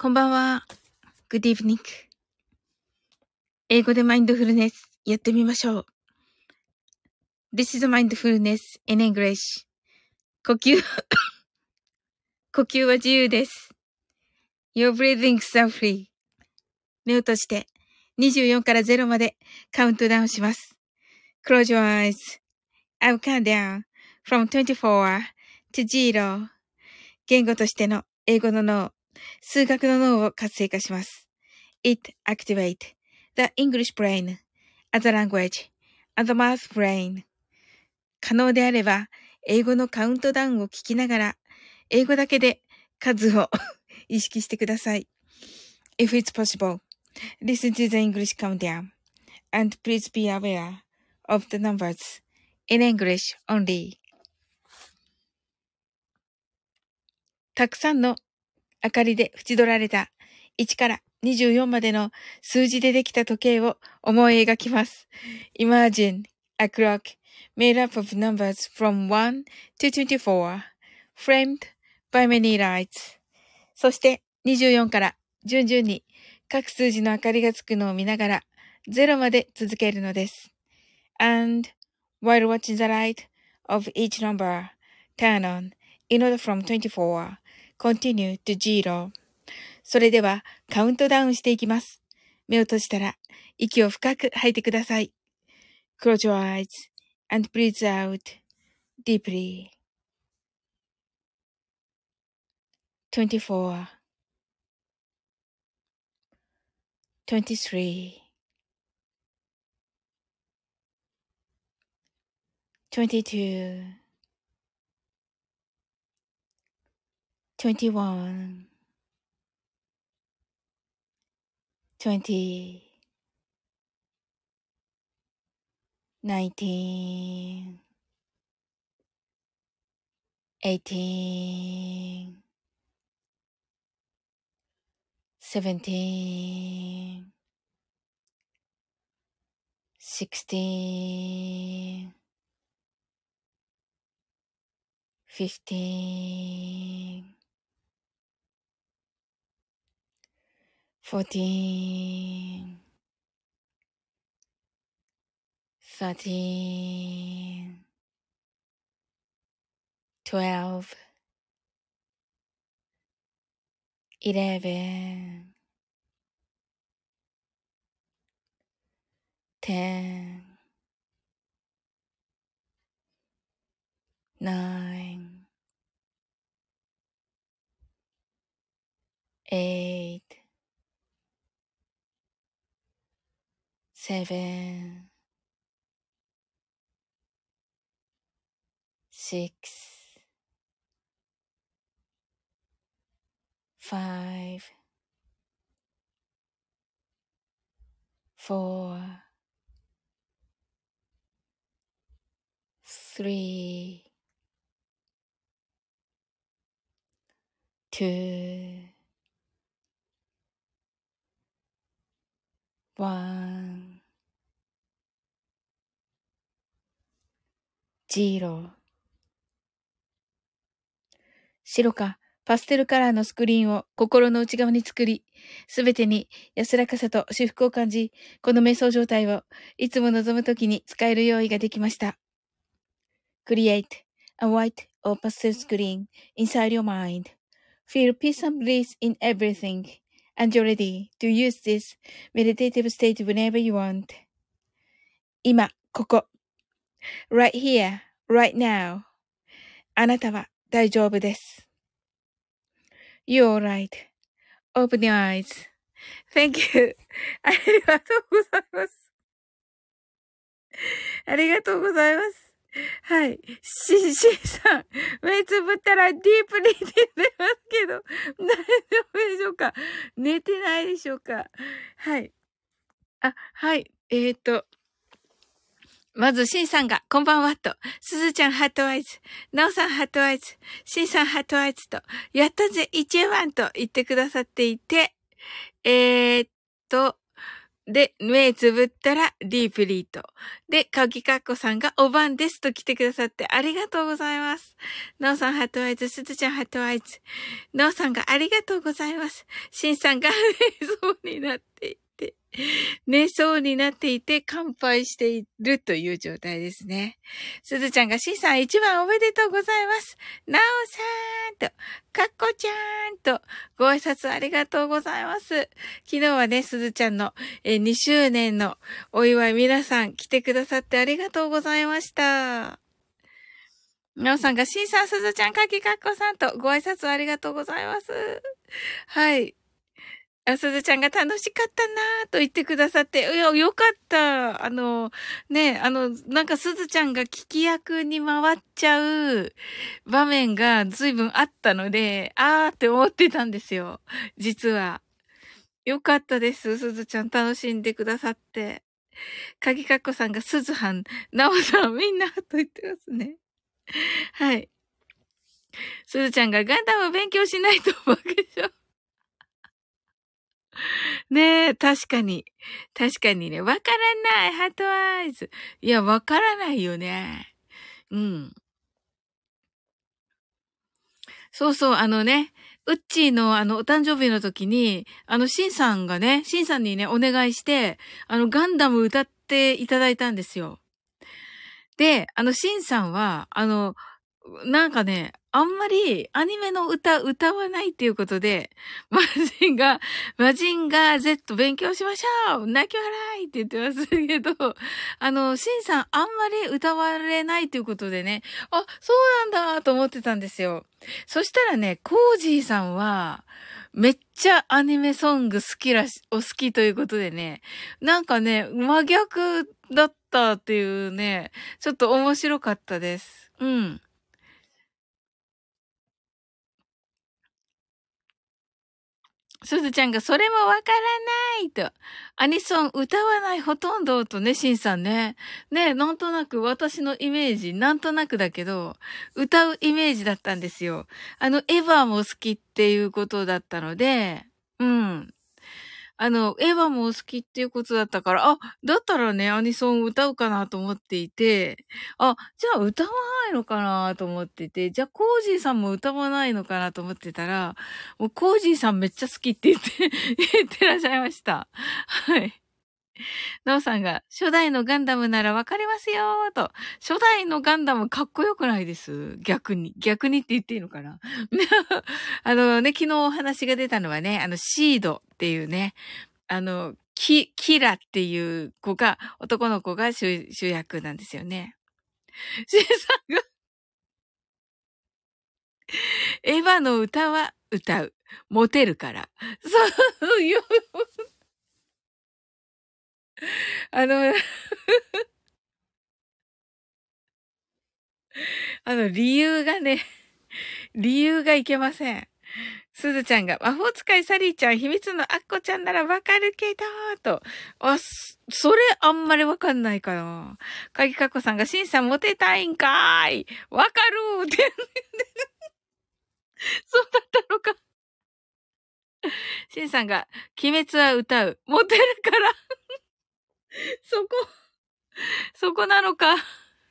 こんばんは。Good evening. 英語でマインドフルネスやってみましょう。This is mindfulness in English. 呼吸は自由です。Your breathing are free. 目を閉じて24から0までカウントダウンします。Close your eyes. I'll count down from 24 to 0. 言語としての英語の脳、数学の脳を活性化します。It activates the English brain as a language and the math brain. 可能であれば、英語のカウントダウンを聞きながら、英語だけで数を意識してください。If it's possible, listen to the English countdown and please be aware of the numbers in English only. たくさんの明かりで縁取られた1から24までの数字でできた時計を思い描きます。Imagine a clock made up of numbers from 1 to 24, framed by many lights. そして24から順々に各数字の明かりがつくのを見ながら0まで続けるのです。And while watching the light of each number turn on in order from 24, continue to 0. それではカウントダウンしていきます。目を閉じたら息を深く吐いてください。Close your eyes and breathe out deeply. 24, 23, 22, 21, 20, 19, 18, 17, 16, 15, 14, 13, 12, 11, 10, 9, 8, 7, 6, 5, 4, 3, 2, 1, 0。白かパステルカラーのスクリーンを心の内側に作り、すべてに安らかさと至福を感じ、この瞑想状態をいつも望むときに使える用意ができました。Create a white or pastel screen inside your mind. Feel peace and bliss in everything, and you're ready to use this meditative state whenever you want. 今、ここ。Right here, right now. あなたは大丈夫です。You're alright.Open your eyes. Thank you. ありがとうございます。ありがとうございます。はい。しんさん、目つぶったらディープに寝てますけど、大丈夫でしょうか？寝てないでしょうか？はい。はい。まず、しんさんが、こんばんはと、すずちゃんハートアイズ、なおさんハートアイズ、しんさんハートアイズと、やったぜ、1万と言ってくださっていて、 で、目つぶったら、ディープリート。で、かぎかっこさんがお晩ですと来てくださってありがとうございます。なおさんハートアイズ、すずちゃんハートアイズ。なおさんがありがとうございます。しんさんが寝そうになっていて、寝そうになっていて乾杯しているという状態ですね。すずちゃんがしんさん一番おめでとうございます。なおさんと、かっこちゃんと、ご挨拶ありがとうございます。昨日はね、すずちゃんの2周年のお祝い皆さん来てくださってありがとうございました。なおさんが、しんさん、すずちゃん、かきかっこさんとご挨拶ありがとうございます。はい。すずちゃんが楽しかったなぁと言ってくださって、いや、よかった。なんかすずちゃんが聞き役に回っちゃう場面が随分あったので、あーって思ってたんですよ。実は。よかったです。すずちゃん楽しんでくださって。かぎかっこさんがすずはん、なおさんみんなと言ってますね。はい。すずちゃんがガンダム勉強しないと爆笑。ねえ、確かに。確かにね。わからない、ハートアイズ。いや、わからないよね。うん。そうそう、ウッチーのお誕生日の時に、シンさんにね、お願いして、ガンダム歌っていただいたんですよ。で、シンさんは、なんかね、あんまりアニメの歌わないっていうことで、マジンガー Z 勉強しましょう泣き笑いって言ってますけど、シンさんあんまり歌われないっていうことでね、あ、そうなんだと思ってたんですよ。そしたらね、コージーさんは、めっちゃアニメソングお好きということでね、なんかね、真逆だったっていうね、ちょっと面白かったです。うん。すずちゃんがそれもわからないと。アニソン歌わないほとんどとね、しんさんね。ね、なんとなく私のイメージ、なんとなくだけど、歌うイメージだったんですよ。エヴァも好きっていうことだったので、うん。エヴァも好きっていうことだったから、あ、だったらね、アニソン歌うかなと思っていて、あ、じゃあ歌わないのかなと思ってて、じゃあコージーさんも歌わないのかなと思ってたら、もうコージーさんめっちゃ好きって言ってらっしゃいました。はい。なおさんが、初代のガンダムならわかりますよーと。初代のガンダムかっこよくないです逆に。逆にって言っていいのかな昨日お話が出たのはね、シードっていうね、キラっていう男の子が主役なんですよね。シンさんが、エヴァの歌は歌う。モテるから。そういう、あの、理由がいけません。すずちゃんが、魔法使いサリーちゃん、秘密のアッコちゃんならわかるけど、と。それあんまりわかんないかな。かぎかこさんが、しんさんモテたいんかーい。わかるーって。そうだったのか。しんさんが、鬼滅は歌う。モテるから。そこ、そこなのか。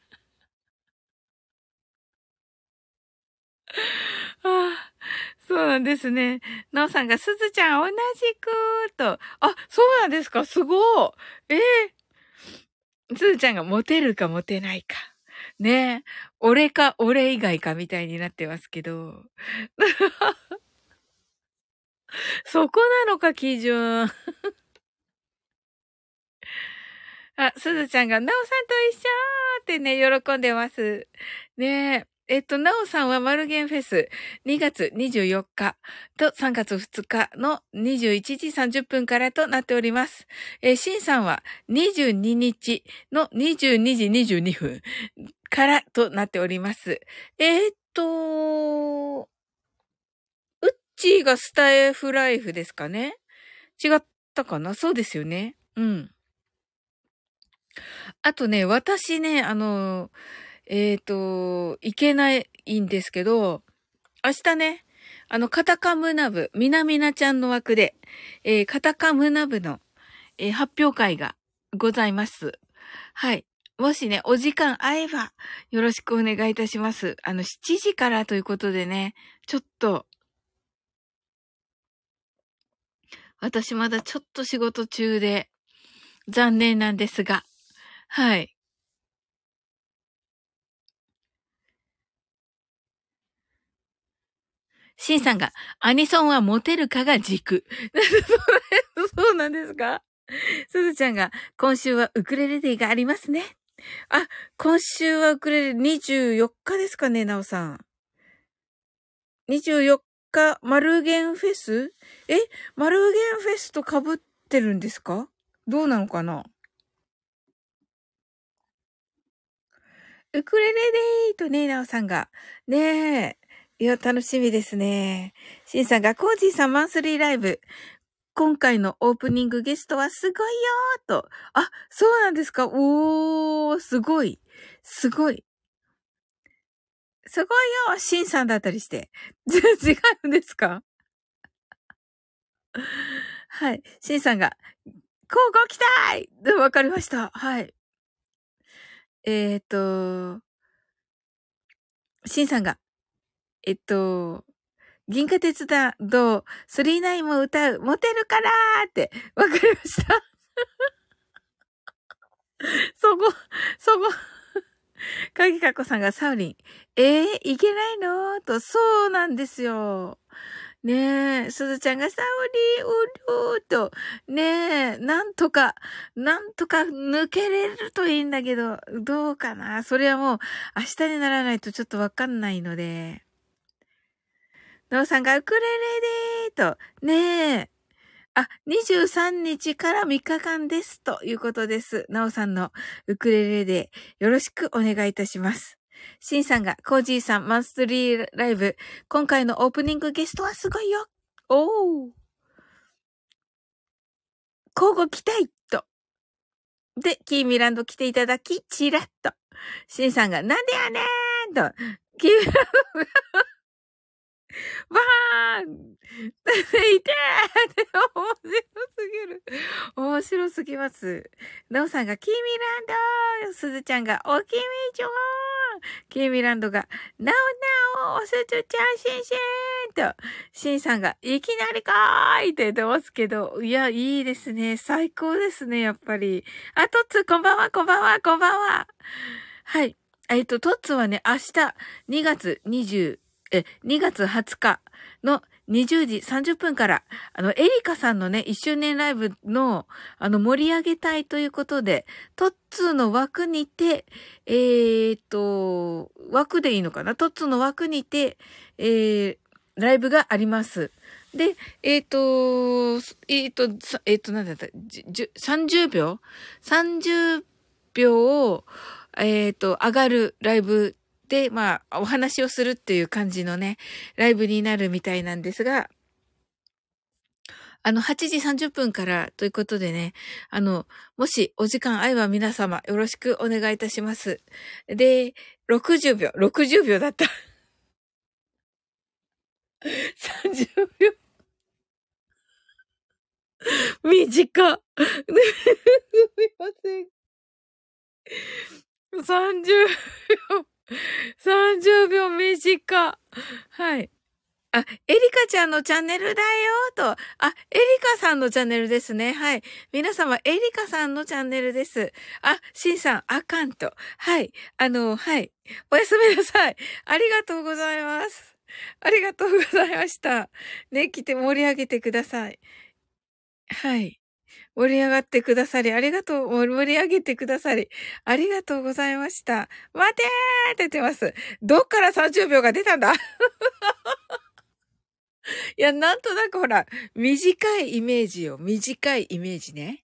ああ、そうなんですね。なおさんが、すずちゃん同じくと。あ、そうなんですかすごい。すずちゃんがモテるかモテないか。ねえ。俺か俺以外かみたいになってますけど。そこなのか、基準。あ、すずちゃんが、なおさんと一緒ってね、喜んでます。ねえ。なおさんはマルゲンフェス2月24日と3月2日の21時30分からとなっております。シンさんは22日の22時22分からとなっております。ウッチーがスタイフライフですかね違ったかなそうですよね。うん。あとね、私ね、行けないんですけど、明日ね、カタカムナブ、みなみなちゃんの枠で、カタカムナブの、 発表会がございます。はい。もしね、お時間合えば、よろしくお願いいたします。7時からということでね、ちょっと、私まだちょっと仕事中で、残念なんですが、はい。シンさんが、アニソンはモテるかが軸。そうなんですか？すずちゃんが、今週はウクレレデーがありますね。あ、今週はウクレレ24日ですかね、なおさん。24日、マルゲンフェス？マルゲンフェスと被ってるんですか？どうなのかな？ウクレレデーとね、なおさんが。ねえ。いや、楽しみですね。シンさんが、コージーさんマンスリーライブ。今回のオープニングゲストはすごいよーと。あ、そうなんですか？おー、すごい。すごい。すごいよシンさんだったりして。違うんですか？はい。シンさんが、交互期待で、わかりました。はい。えっ、と、シンさんが、えっと、銀河鉄道、39も歌う、モテるからーって、わかりました。そこ、そこ、かぎかこさんがサウリン、いけないのと、そうなんですよ。ねえ、すずちゃんがサウリン、うるーと、ねえ、なんとか抜けれるといいんだけど、どうかな。それはもう、明日にならないとちょっとわかんないので、なおさんがウクレレでーと、ねえ、23日から3日間です。ということです。なおさんのウクレレでよろしくお願いいたします。シンさんが、コージーさんマンスリーライブ。今回のオープニングゲストはすごいよ。おー。交互期待と。で、キーミランド来ていただき、チラッと。シンさんが、なんでやねーんと。キーミランドバーンいてーって面白すぎる。面白すぎます。なおさんが、キーミランドすずちゃんが、おきみちょーキーミランドが、なおなお、すずちゃんしんしんと、しんさんが、いきなりかーいって言ってますけど、いや、いいですね。最高ですね、やっぱり。あ、トッツ、こんばんは、こんばんは、こんばんは。はい。トッツはね、明日、2月20日の20時30分から、エリカさんのね、1周年ライブの、盛り上げたいということで、トッツーの枠にて、枠でいいのかな？トッツーの枠にて、ライブがあります。で、なんだった、30秒 ?30 秒を、上がるライブで、まあ、お話をするっていう感じのね、ライブになるみたいなんですが、8時30分からということでね、もしお時間合えば皆様よろしくお願いいたします。で、60秒だった。30秒。短っ。すみません。30秒。30秒短。はい。エリカちゃんのチャンネルだよと。エリカさんのチャンネルですね。はい。皆様、エリカさんのチャンネルです。シンさん、あかんと。はい。はい。おやすみなさい。ありがとうございます。ありがとうございました。ね、来て盛り上げてください。はい。盛り上がってくださり、ありがとう、盛り上げてくださり、ありがとうございました。待てーって言ってます。どっから30秒が出たんだ？いや、なんとなくほら、短いイメージよ。短いイメージね。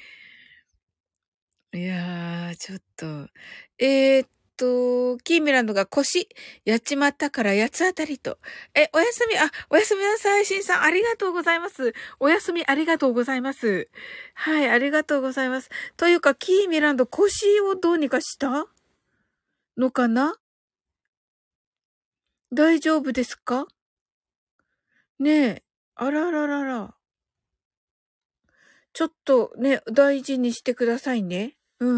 いやー、ちょっと。キーミランドが腰、やっちまったから八つあたりと。おやすみなさい、シンさん。ありがとうございます。おやすみありがとうございます。はい、ありがとうございます。というか、キーミランド腰をどうにかしたのかな？大丈夫ですか？ねえ。あらららら。 ちょっとね、大事にしてくださいね。うん。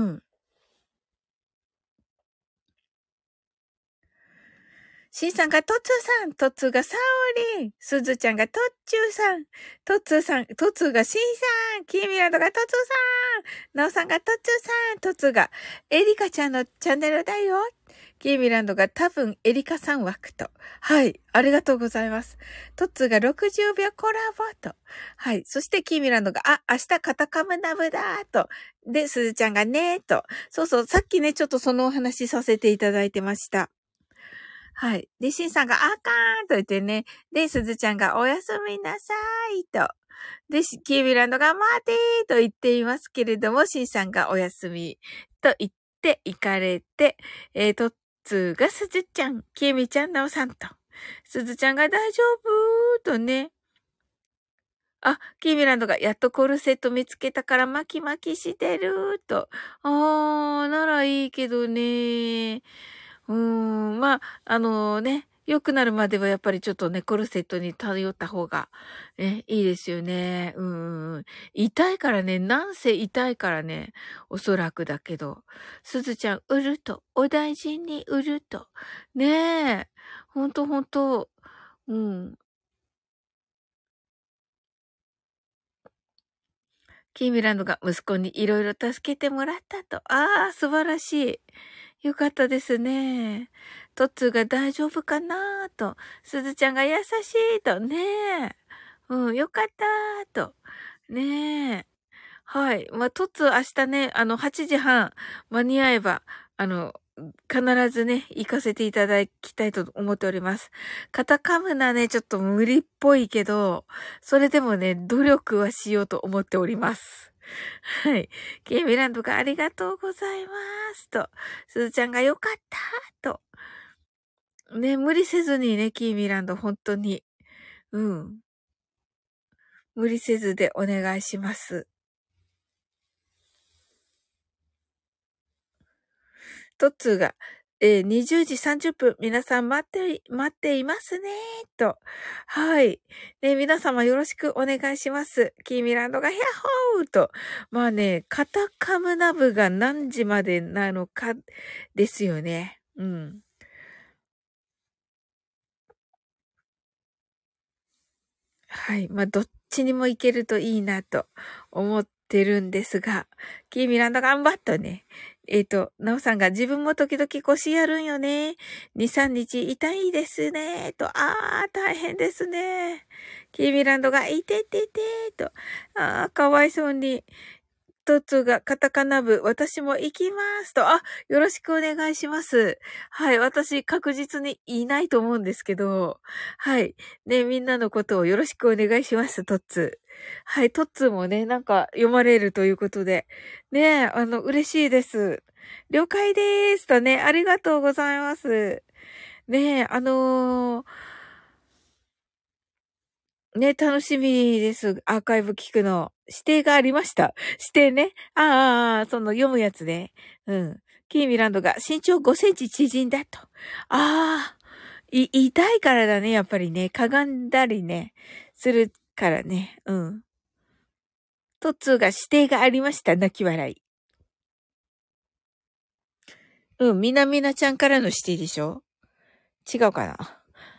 しんさんがトツーさん、トツーがサオリン、すずちゃんがトッチューさん、トツーさん、トツーがしんさん、キーミランドがトツーさん、ナオさんがトツーさん、トツーがエリカちゃんのチャンネルだよ。キーミランドが多分エリカさん枠と。はい。ありがとうございます。トツーが60秒コラボと。はい。そしてキーミランドが、明日カタカムナブだと。で、すずちゃんがねと。そうそう。さっきね、ちょっとそのお話させていただいてました。はい。で、シンさんがあかーんと言ってね。で、すずちゃんがおやすみなさいと。で、キービランドが待てーと言っていますけれども、シンさんがおやすみと言って行かれて、トッツーがすずちゃん、キーミちゃん、ナオさんと。すずちゃんが大丈夫とね。キーミランドがやっとコルセット見つけたから巻き巻きしてると。ならいいけどね。まあ、ね、良くなるまではやっぱりちょっとね、コルセットに頼った方が、ね、いいですよね。痛いからね、なんせ痛いからね、おそらくだけど。すずちゃん、うると、お大事にうると。ねえ、ほんとほんと、うん。キーミランドが息子にいろいろ助けてもらったと。素晴らしい。よかったですね。トッツーが大丈夫かなと。すずちゃんが優しいと。ねえ。よかったと。ねえ。はい。まあ、トッツー明日ね、8時半間に合えば、必ずね、行かせていただきたいと思っております。カタカムナね、ちょっと無理っぽいけど、それでもね、努力はしようと思っております。はい。ケイミランドがありがとうございます。と。すずちゃんがよかったと。ね、無理せずにね、キーミランド、本当に。うん。無理せずでお願いします。トッツーが、20時30分、皆さん待っていますね、と。はい。ね、皆様よろしくお願いします。キーミランドがヒャッホーと。まあね、カタカムナ部が何時までなのか、ですよね。うん。はい。まあ、どっちにも行けるといいなと思ってるんですが、キーミランド頑張っとね。ナオさんが自分も時々腰やるんよね。2、3日痛いですね。と、大変ですね。キーミランドがいてててと、かわいそうに。トツがカタカナ部、私も行きますと。よろしくお願いします。はい。私確実にいないと思うんですけど、はい。ね、みんなのことをよろしくお願いします、トッツー。はい。トッツーもね、なんか読まれるということで。ね、嬉しいです。了解でーすとね、ありがとうございます。ね、ね、楽しみです。アーカイブ聞くの。指定がありました。指定ね。その読むやつね。うん。キーミランドが身長5センチ縮んだと。痛いからだね、やっぱりね。かがんだりね、するからね。うん。トッツーが指定がありました。泣き笑い。うん、みなみなちゃんからの指定でしょ？違うかな？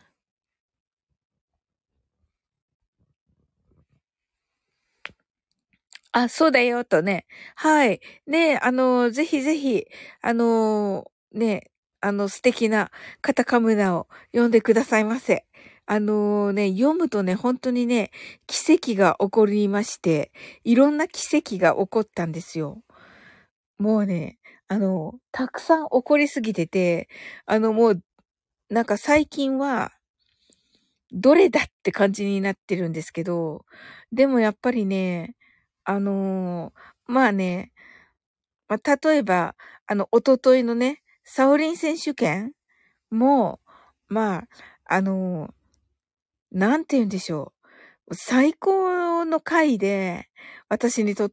そうだよ、とね。はい。ね、ぜひぜひ、ね、素敵なカタカムナを読んでくださいませ。読むとね、本当にね、奇跡が起こりまして、いろんな奇跡が起こったんですよ。もうね、たくさん起こりすぎてて、もう、なんか最近は、どれだって感じになってるんですけど、でもやっぱりね、まあね、例えば、一昨日のね、サオリン選手権も、まあ、なんて言うんでしょう。最高の回で、私にとって、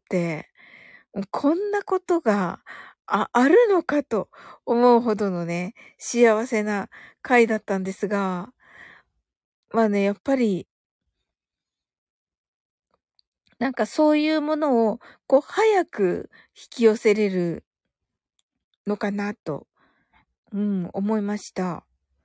こんなことがあるのかと思うほどのね、幸せな回だったんですが、まあね、やっぱりなんかそういうものを、こう、早く引き寄せれるのかなと、思いました。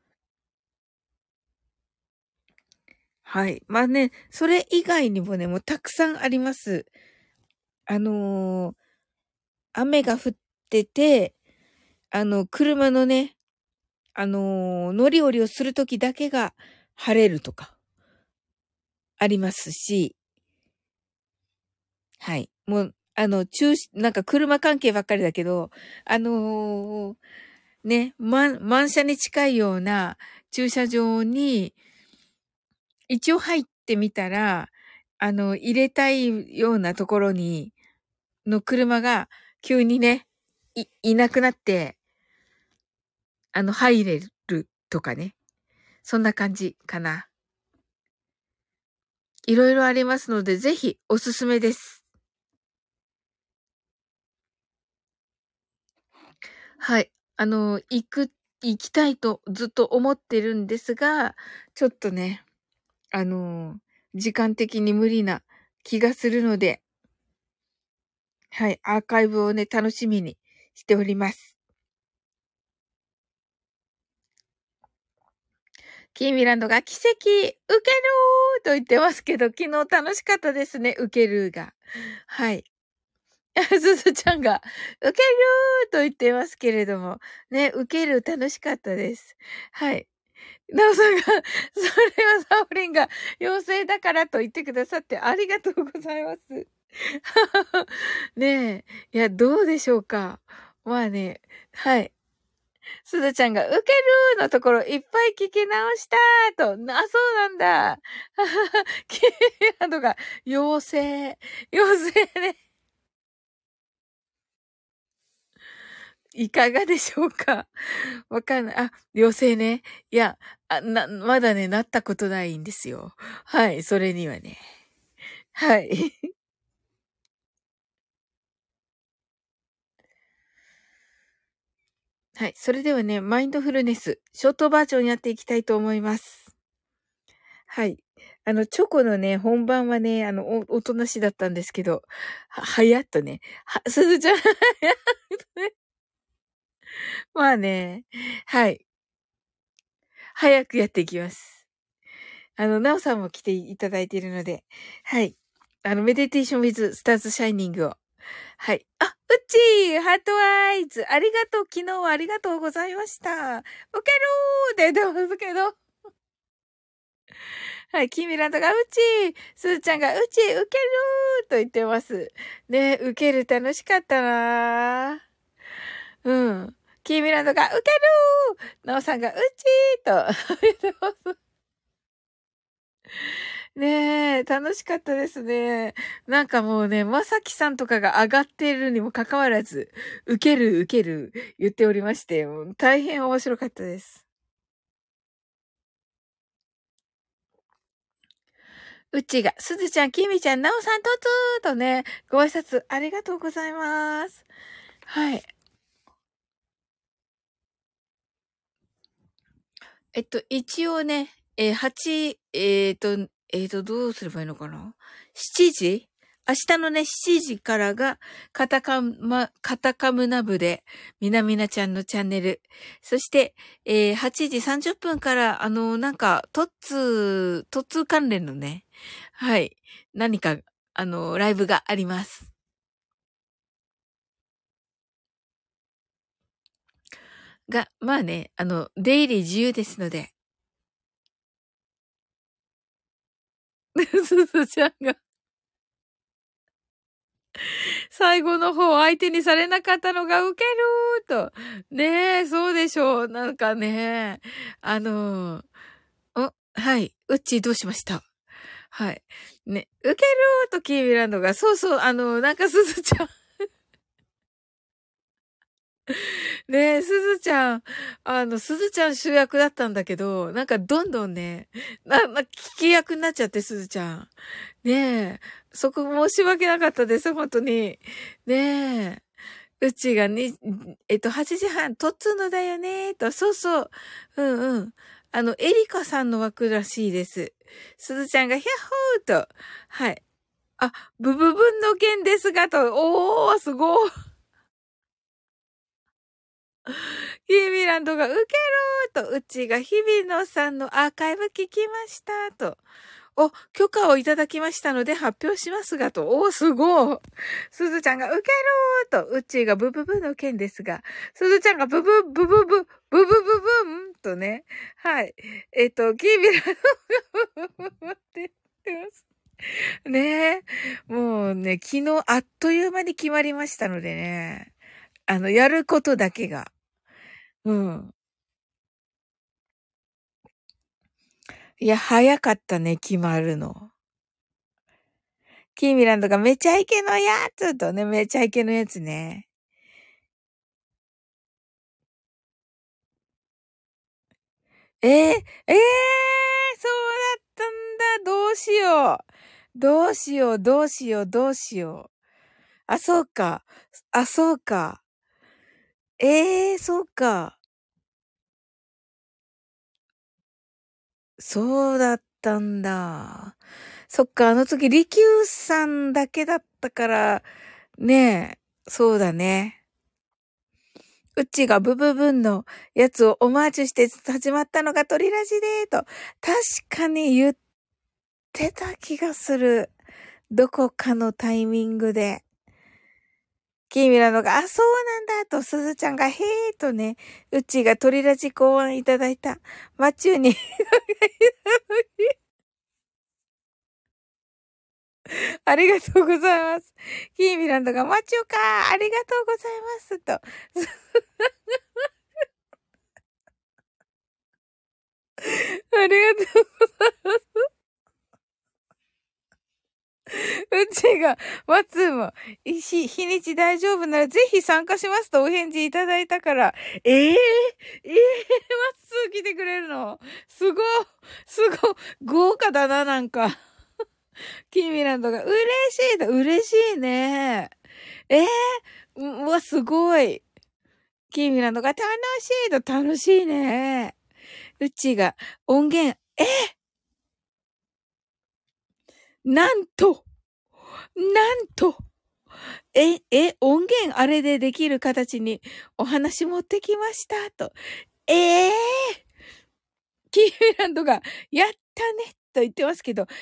はい。まあね、それ以外にもね、もうたくさんあります。あのー雨が降ってて、車のね、乗り降りをするときだけが晴れるとか、ありますし、はい。もう、なんか車関係ばっかりだけど、あのーね、満車に近いような駐車場に、一応入ってみたら、入れたいようなところの車が急にね、いなくなって、入れるとかね。そんな感じかな。いろいろありますので、ぜひおすすめです。はい。行きたいとずっと思ってるんですが、ちょっとね、あの、時間的に無理な気がするので、はい、アーカイブをね、楽しみにしております。キーミランドが奇跡、受けるーと言ってますけど、昨日楽しかったですね、受けるが。はい。すずちゃんが、受けるーと言ってますけれども、ね、受ける楽しかったです。はい。なおさんが、それはサオリンが妖精だからと言ってくださってありがとうございます。ねえ。いや、どうでしょうか。まあね。はい。すずちゃんが、ウケるーのところいっぱい聞き直したーと。そうなんだ。キーランドが、妖精。妖精ね。いかがでしょうか。わかんない。妖精ね。いや、まだね、なったことないんですよ。はい、それにはね。はい。はい。それではね、マインドフルネス、ショートバージョンやっていきたいと思います。はい。チョコのね、本番はね、おとなしだったんですけど、はやっとね、すずちゃん、はやっとね、まあね、はい。早くやっていきます。なおさんも来ていただいているので、はい。メディテーションウィズスターズシャイニングを。はい。うっちーハートアイズありがとう昨日はありがとうございました。ウケるーって言ってますけど。はい、キーミランドが、すーちゃんが、ウチ、ウケるーと言ってます。ね、ウケる楽しかったなー。うん。キーミランドが、ウケるーなおさんが、と言ってます。ねえ、楽しかったですね。なんかもうね、まさきさんとかが上がっているにもかかわらず、ウケる、ウケる、言っておりまして、もう大変面白かったです。うちが、すずちゃん、きみちゃん、なおさん、とつーとね、ご挨拶ありがとうございます。はい。一応ね、8、どうすればいいのかな？ 7 時明日のね、7時からが、カタカムナ部で、みなみなちゃんのチャンネル。そして、8時30分から、なんか、トッツー関連のね、はい、何か、ライブがあります。が、まあね、出入り自由ですので、すずちゃんが最後の方相手にされなかったのがウケるーと。ねえ、そうでしょう。なんかね、はい。うっちーどうしました？はい。ね、ウケるーとキーミランドが、そうそう、なんかすずちゃんねえ、すずちゃん、すずちゃん主役だったんだけど、なんかどんどんね、聞き役になっちゃって、すずちゃん。ねえ、そこ申し訳なかったです、本当に。ねえ。うちがに、8時半、とっつのだよね、と、そうそう。うんうん。エリカさんの枠らしいです。すずちゃんがヒャッホーと、はい。 あ、ブブブンの件ですがと、おー、すごい。キーミランドがウケるーと、うちが日比野さんのアーカイブ聞きましたと。お、許可をいただきましたので発表しますがと。おー、すごい。すずちゃんがウケるーと、うちがブブブの件ですが、すずちゃんがブブブブブ、ブブブブンとね。はい。キーミランドがブブブブって言ってます。ねえ。もうね、昨日あっという間に決まりましたのでね。やることだけが。うん。いや、早かったね、決まるの。キーミランドがめちゃイケのやつとね、めちゃイケのやつね。えー、そうだったんだ。どうしよう。どうしよう、どうしよう、どうしよう。あ、そうか。あ、そうか。そうか。そうだったんだ。そっか、あの時、利休さんだけだったから、ねえ、そうだね。うっちーがブブブンのやつをオマージュして始まったのがトリラジでと、確かに言ってた気がする。どこかのタイミングで。キーミラのが、あ、そうなんだと、すずちゃんが、へーとね、うっちーがトリラジ考案いただいた、マチューにありがとうございます。キーミランドが、マチューかありがとうございますと。ありがとうございます。うちが、マツーも、日にち大丈夫ならぜひ参加しますとお返事いただいたから、マツー来てくれるのすご豪華だな、なんか。キーミランドが、嬉しいね。えー、うわ、すごい。キーミランドが楽しいね。うちが、音源、なんと、なんと、音源あれでできる形にお話持ってきましたと。ええー、キーミランドが、やったねと言ってますけど、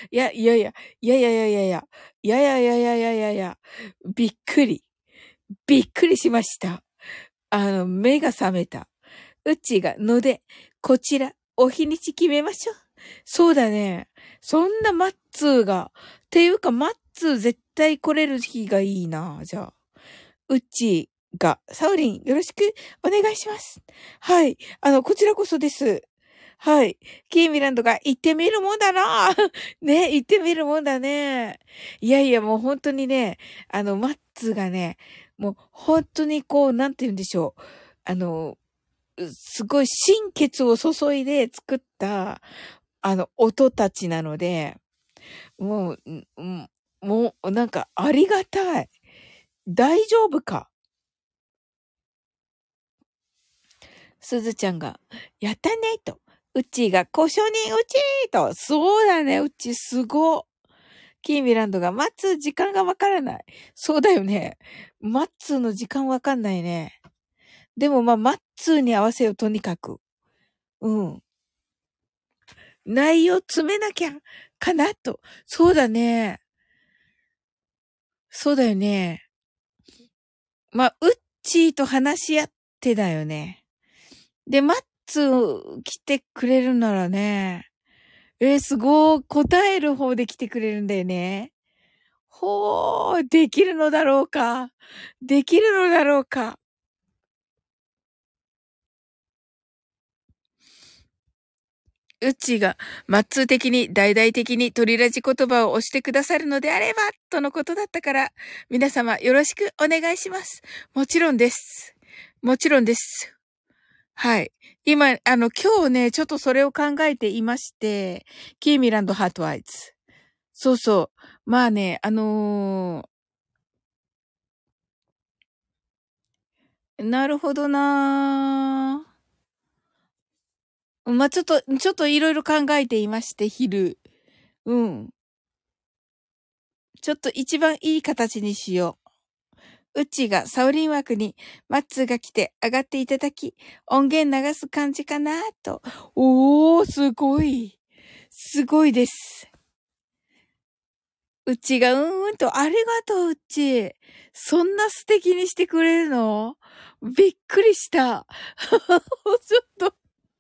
びっくり、びっくりしました。目が覚めた。うっちーがので、こちら、お日にち決めましょう。そうだね。そんなマッツーが、っていうかマッツー絶対来れる日がいいな、じゃあ。うっちーが、サウリンよろしくお願いします。はい。こちらこそです。はい。キーミランドが行ってみるもんだな。ね、行ってみるもんだね。いやいや、もう本当にね、マッツーがね、もう本当にこう、なんて言うんでしょう。すごい心血を注いで作った、音たちなので、もう、もう、なんかありがたい。大丈夫かすずちゃんが、やったねと。うちが、故障人うちと。そうだね、うちすご。キーミランドが、待つ時間がわからない。そうだよね。マッツーの時間わかんないね。でもまあ、マッツーに合わせよう、とにかく。うん。内容詰めなきゃ、かなと。そうだね。そうだよね。まあ、ウッチーと話し合ってだよね。で、マッツー来てくれるならね。すごい。答える方で来てくれるんだよね。ほー、できるのだろうか。できるのだろうか。うっちーが、マッツー的に大々的に取りラジ言葉を押してくださるのであれば、とのことだったから、皆様よろしくお願いします。もちろんです。もちろんです。はい。今、今日ね、ちょっとそれを考えていまして、キーミランドハートアイズ。そうそう。まあね、なるほどなまあ、ちょっといろいろ考えていまして、昼。うん。 ちょっと一番いい形にしよう。うちがサオリン枠にマッツーが来て上がっていただき、音源流す感じかなと。おー、すごい。すごいです。うちがと、ありがとう、うち。そんな素敵にしてくれるの？びっくりした。ちょっと、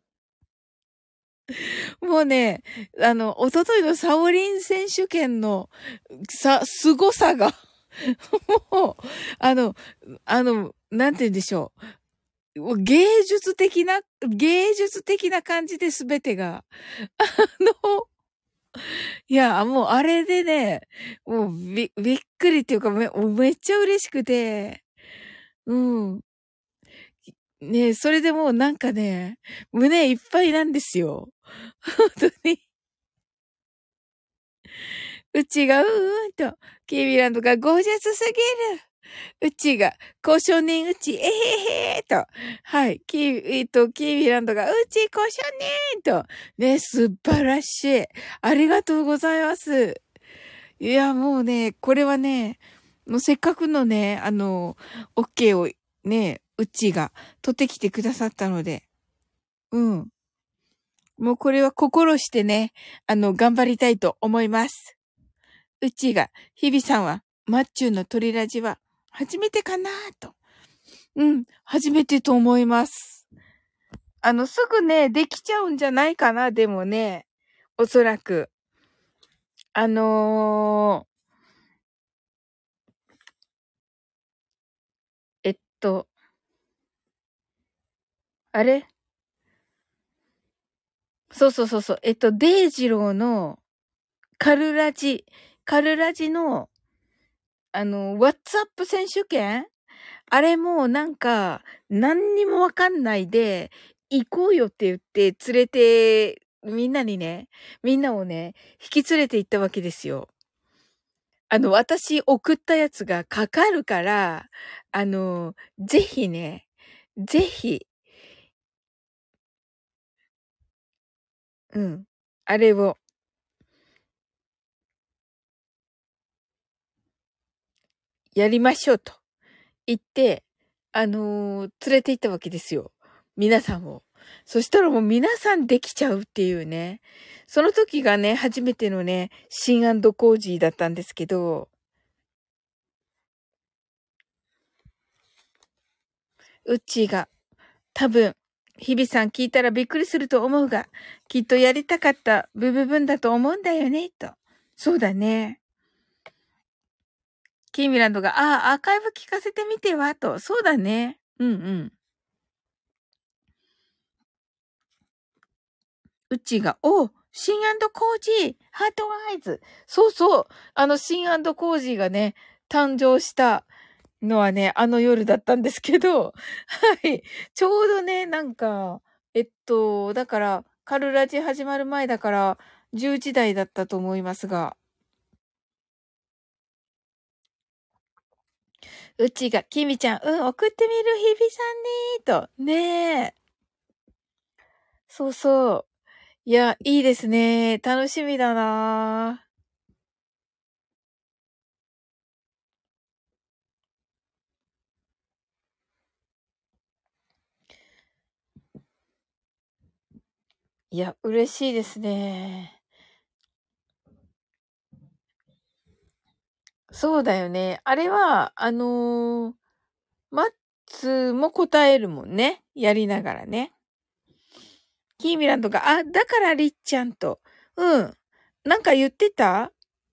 もうね、おとといのサオリン選手権の、凄さが、もう、なんて言うんでしょう。芸術的な感じで全てが、の、いや、もうあれでね、もうびっくりっていうかめっちゃ嬉しくて、うん。ね、それでもうなんかね、胸いっぱいなんですよ。本当に。うちがと、キービランドがゴージャスすぎる。うちが、交渉人うち、えへへと。はい。キービランドが、うち、交渉人と。ね、素晴らしい。ありがとうございます。いや、もうね、これはね、もうせっかくのね、OK をね、うちが取ってきてくださったので、うん。もうこれは心してね、頑張りたいと思います。うちが、日々さんは、マッチューの鳥ラジは、初めてかなと。うん、初めてと思います。すぐね、できちゃうんじゃないかな、でもね、おそらく。あのー、あれそうそうそうそう。デイジローのカルラジ、カルラジの、ワッツアップ選手権あれもなんか、何にもわかんないで、行こうよって言って連れて、みんなをね、引き連れて行ったわけですよ。私送ったやつがかかるから、ぜひね、ぜひ、うん、あれをやりましょうと言って、連れて行ったわけですよ。皆さんを。そしたらもう皆さんできちゃうっていうね。その時がね、初めてのね、シン&コージーだったんですけど、うっちーが多分、日々さん聞いたらびっくりすると思うが、きっとやりたかった部分だと思うんだよね、と。そうだね。キーミランドが、アーカイブ聞かせてみては、と。そうだね。うんうん。うちが、シン&コージー、ハートアイズ。そうそう。シン&コージーがね、誕生したのはね、あの夜だったんですけど、はい。ちょうどね、なんか、だから、カルラジ始まる前だから、10時台だったと思いますが、うちが、きみちゃん、送ってみる、日々さんねーと。ねえ。そうそう。いや、いいですね。楽しみだないや、嬉しいですね。そうだよね。あれは、マッツも答えるもんね。やりながらね。キーミランドが、だからりっちゃんと。うん。なんか言ってた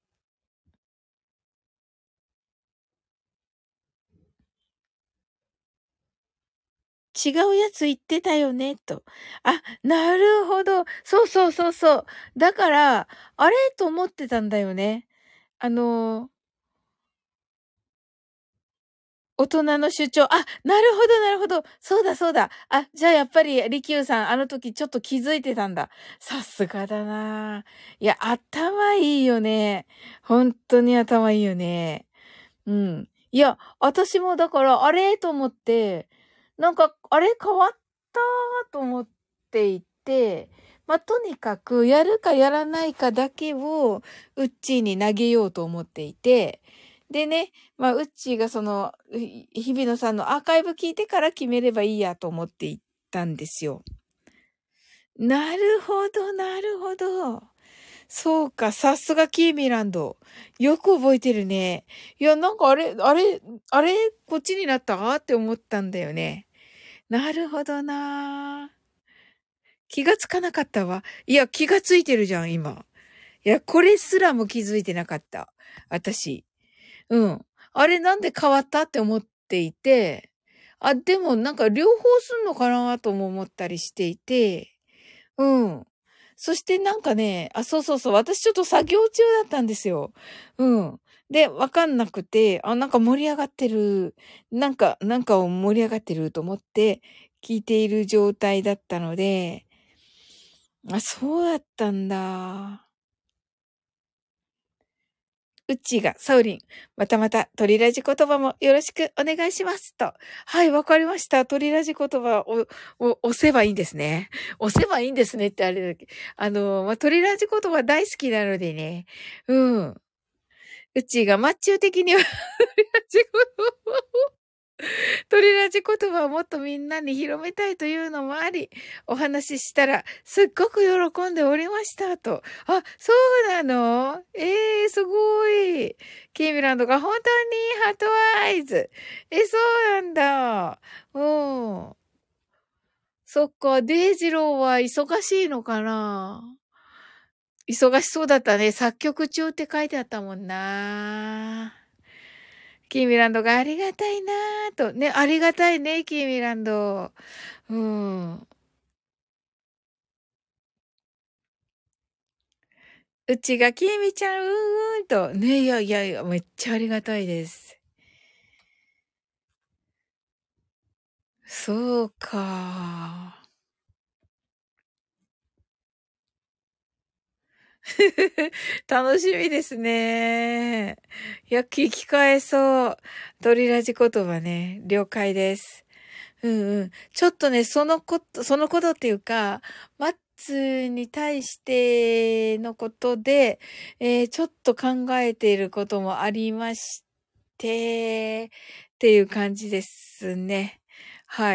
違うやつ言ってたよね、と。なるほど。そうそうそうそう。だから、あれと思ってたんだよね。あの、大人の主張。なるほど、なるほど。そうだ、そうだ。じゃあやっぱり、リキューさん、あの時ちょっと気づいてたんだ。さすがだな。いや、頭いいよね。本当に頭いいよね。うん。いや、私もだから、あれと思って、なんか、あれ変わったと思っていて、 まあ、とにかく、やるかやらないかだけを、ウッチーに投げようと思っていて、でね、まあ、ウッチーが日比野さんのアーカイブ聞いてから決めればいいやと思っていったんですよ。なるほど、なるほど。そうか、さすがキーミランド。よく覚えてるね。いや、なんかあれ、こっちになったって思ったんだよね。なるほどな。気がつかなかったわ。いや、気がついてるじゃん、今。いや、これすらも気づいてなかった。私。うん。あれなんで変わったって思っていて、あ、でもなんか両方すんのかなとも思ったりしていて、うん。そしてなんかね、あ、そうそうそう、私ちょっと作業中だったんですよ。うん。で、わかんなくて、あ、なんか盛り上がってる、なんかを盛り上がってると思って聞いている状態だったので、あ、そうだったんだ。うっちーが、サウリン、またまた、鳥ラジ言葉もよろしくお願いします。と。はい、わかりました。鳥ラジ言葉を押せばいいんですね。押せばいいんですねってあれだけ。まあ、鳥ラジ言葉大好きなのでね。うん。うっちーが、マッチュー的には鳥ラジ言葉鳥ラジ言葉をもっとみんなに広めたいというのもあり、お話ししたら、すっごく喜んでおりました、と。あ、そうなのすごい。キーミランドが本当にハートアイズ。そうなんだ。うん。そっか、デイジローは忙しいのかな。忙しそうだったね。作曲中って書いてあったもんな。キーミランドがありがたいなぁと。ね、ありがたいね、キーミランド。うん。うちがキーミちゃん、と。ね、いやいやいや、めっちゃありがたいです。そうか。楽しみですね。いや、聞き返そう。ドリラジ言葉ね。了解です。うんうん。ちょっとね、そのことっていうか、マッツに対してのことで、ちょっと考えていることもありまして、っていう感じですね。はい。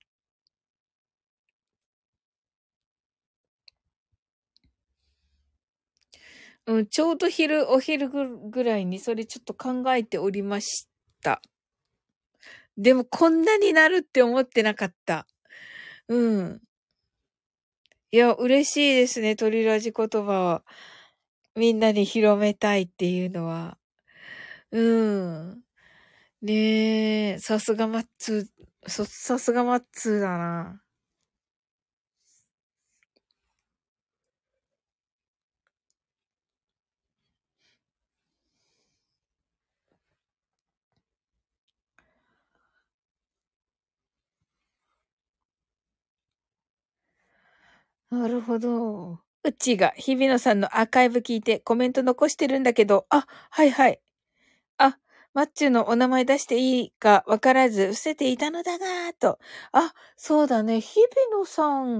うん、ちょうどお昼ぐらいにそれちょっと考えておりました。でもこんなになるって思ってなかった。うん。いや、嬉しいですね、鳥ラジ言葉は。みんなに広めたいっていうのは。うん。ねえ、さすがマッツー、さすがマッツーだな。なるほど。うちが日比野さんのアーカイブ聞いてコメント残してるんだけど、あ、はいはい。あ、マッチュのお名前出していいかわからず伏せていたのだが、と。あ、そうだね。日比野さんって、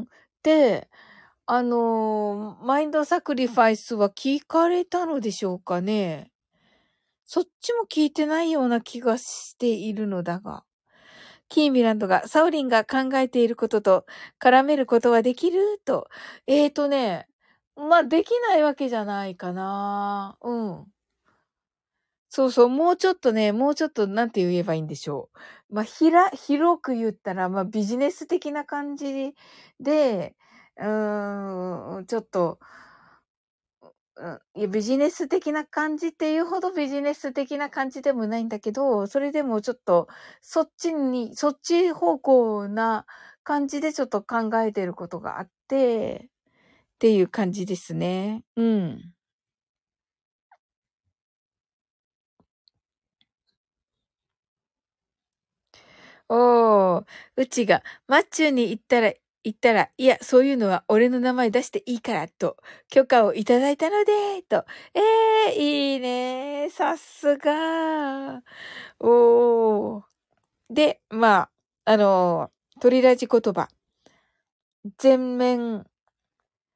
マインドサクリファイスは聞かれたのでしょうかね。そっちも聞いてないような気がしているのだが。キーミランドが、サウリンが考えていることと絡めることはできると。まあ、できないわけじゃないかな。うん。そうそう、もうちょっと、なんて言えばいいんでしょう。まあ、広く言ったら、まあ、ビジネス的な感じで、ちょっと、いや、ビジネス的な感じっていうほどビジネス的な感じでもないんだけど、それでもちょっと、そっち方向な感じでちょっと考えてることがあって、っていう感じですね。うん。おー、うちが、マッチュに行ったら、いや、そういうのは俺の名前出していいから、と、許可をいただいたので、と。いいね。さすが。おー。で、まあ、鳥ラジ言葉、全面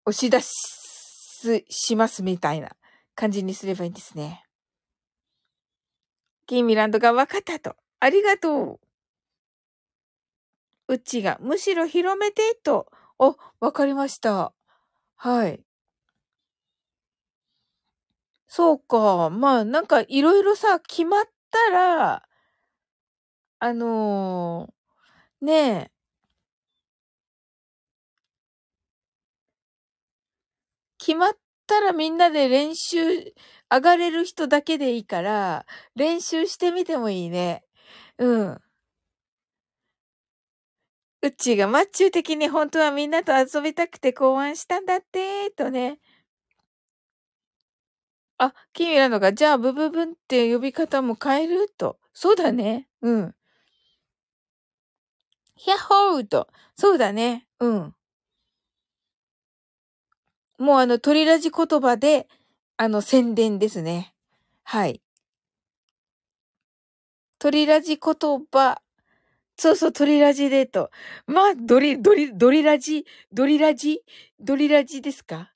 押し出しますみたいな感じにすればいいんですね。キーミランドが分かったと。ありがとう。うちがむしろ広めてと。お、わかりました。はい。そうか。まあ、なんかいろいろさ、決まったら、ねえ、決まったらみんなで練習、上がれる人だけでいいから、練習してみてもいいね。うん。うっちーがマッチュ的に本当はみんなと遊びたくて考案したんだって、とね。あ、キミラのが、じゃあブブブンって呼び方も変えると。そうだね。うん。ヒャッホーと。そうだね。うん。もう鳥ラジ言葉で、宣伝ですね。はい。鳥ラジ言葉。そうそう、鳥ラジでと。まあ、ドリラジ、ドリラジ、ドリラジですか？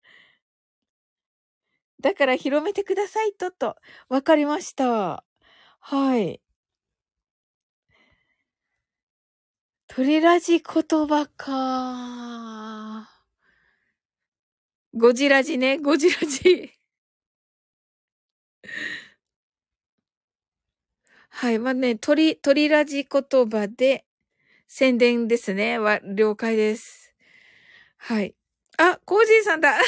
だから広めてくださいと。わかりました。はい。鳥ラジ言葉か。ゴジラジね、ゴジラジ。はい。まあね、鳥ラジ言葉で宣伝ですね。了解です。はい。あ、コージーさんだ。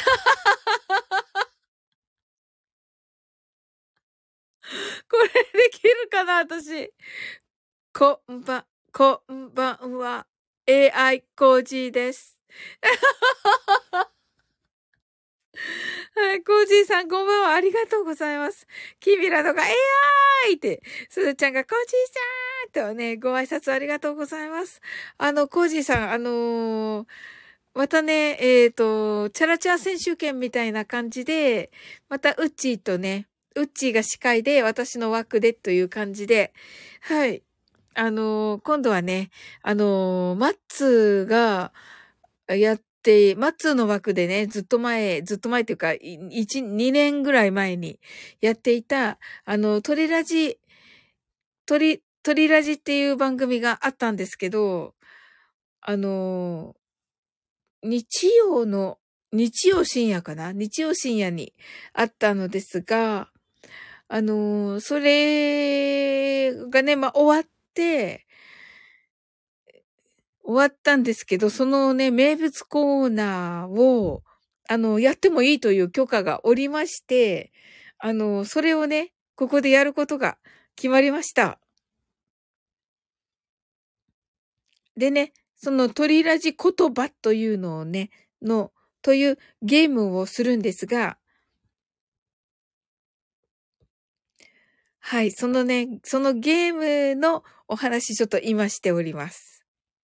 これできるかな、私。こんばんは。AI コージーです。はい、コージーさんこんばんは。ありがとうございます。キビラのが AI って、すずちゃんがコージーさんとね、ご挨拶ありがとうございます。コージーさん、またね、チャラチャー選手権みたいな感じで、またウッチーとね、ウッチーが司会で私の枠でという感じで、はい。今度はね、マッツーがマッツーの枠でね、ずっと前っていうか、2年ぐらい前にやっていた、トリラジっていう番組があったんですけど、あの、日曜の、日曜深夜かな日曜深夜にあったのですが、それがね、まあ、終わったんですけど、そのね、名物コーナーを、やってもいいという許可がおりまして、それをね、ここでやることが決まりました。でね、その鳥ラジ言葉というのをね、というゲームをするんですが、はい、そのね、そのゲームのお話ちょっと今しております。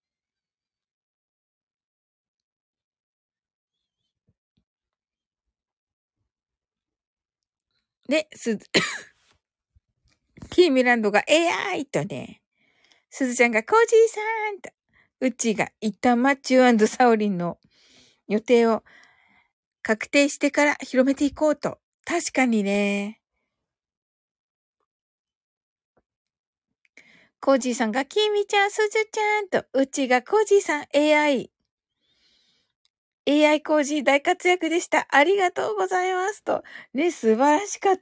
で、キーミランドが AI とね、すずちゃんがコージーさんと、うちが一旦マッチューサオリンの予定を確定してから広めていこうと。確かにね。コージーさんがキミちゃん、すずちゃんと、うちがコージーさん AI コージー大活躍でした。ありがとうございますと。ね、素晴らしかった。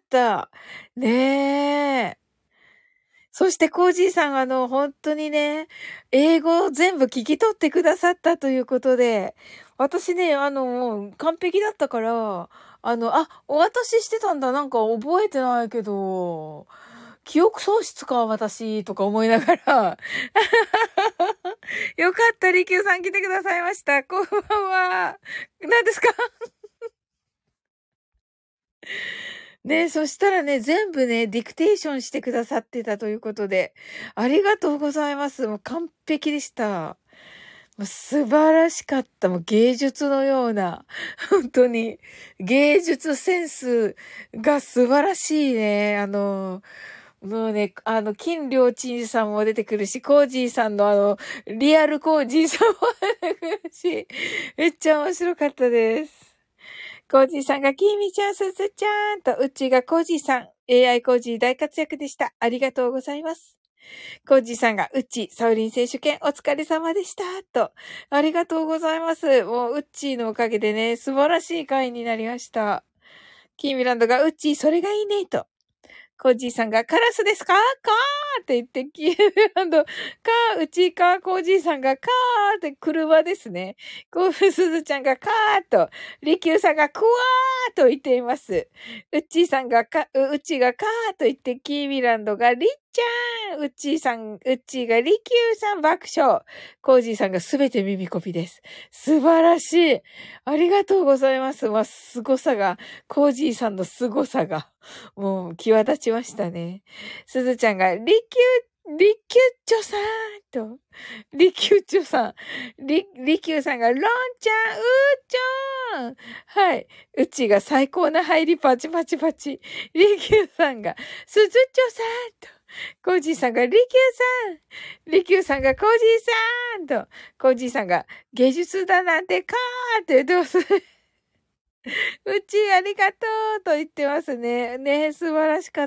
ねえ。そしてコージーさん本当にね、英語を全部聞き取ってくださったということで、私ね、もう完璧だったから、お渡ししてたんだ、なんか覚えてないけど、記憶喪失か、私、とか思いながら。よかった、リキューさん来てくださいました。こんばんは。何ですか？ね、そしたらね、全部ね、ディクテーションしてくださってたということで、ありがとうございます。もう完璧でした。もう素晴らしかった。もう芸術のような、本当に、芸術センスが素晴らしいね。もうね、金良鎮さんも出てくるし、コージーさんのリアルコージーさんも出てくるし、めっちゃ面白かったです。 コージーさんが、キーミちゃん、すずちゃんと、うちがコージーさん、AI コージー大活躍でした。ありがとうございます。コージーさんが、うち、サウリン選手権お疲れ様でした。と、ありがとうございます。もう、うっちーのおかげでね、素晴らしい回になりました。キーミランドが、うっちー、それがいいね、と。コージーさんが、カラスですかカーって言って、キーミランド、うちか、コージーさんが、カーって車ですね。すずちゃんが、カーと、リキューさんが、クワーと言っています。うっちーさんが、うちが、カーと言って、キーミランドが、リッちゃん、うっちーさん、うっちーが、リキューさん爆笑。コージーさんがすべて耳コピです。素晴らしい。ありがとうございます。凄さが、コージーさんの凄さが。もう、際立ちましたね。すずちゃんが、リキュッチョさんと、リキュッチョさん、リキューさんが、ロンちゃん、うーちょんはい。うちが最高な入りパチパチパチ。リキューさんが、すずちょさんと、コージーさんが、リキューさん、リキューさんが、コージーさんと、コージーさんが、芸術だなんてかーって言ってます。うちありがとうと言ってますね。ね、素晴らしかった。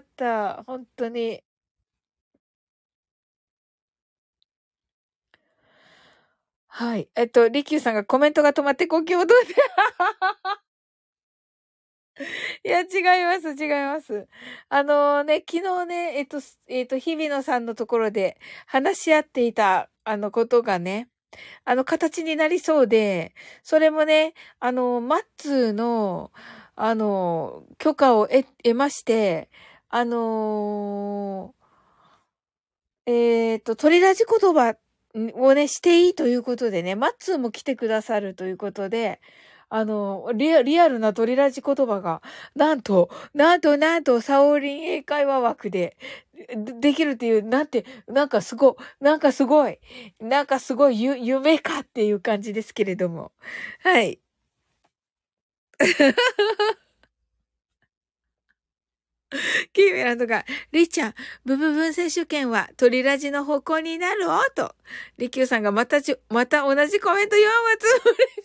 本当に。はい。リキューさんがコメントが止まって呼吸をどうでいや、違います、違います。昨日ね、日比野さんのところで話し合っていた、ことがね、形になりそうで、それもね、マッツーの、許可を得まして、あの鳥ラジ言葉をね、していいということでね、マッツーも来てくださるということで、リアルな鳥ラジ言葉が、なんと、サオリン英会話枠で、できるっていう、なんかすごい、夢かっていう感じですけれども。はい。キーメランドが、リッちゃん、ブブブン選手権は鳥ラジの方向になるおと。リキューさんがまた同じコメント読むつもり。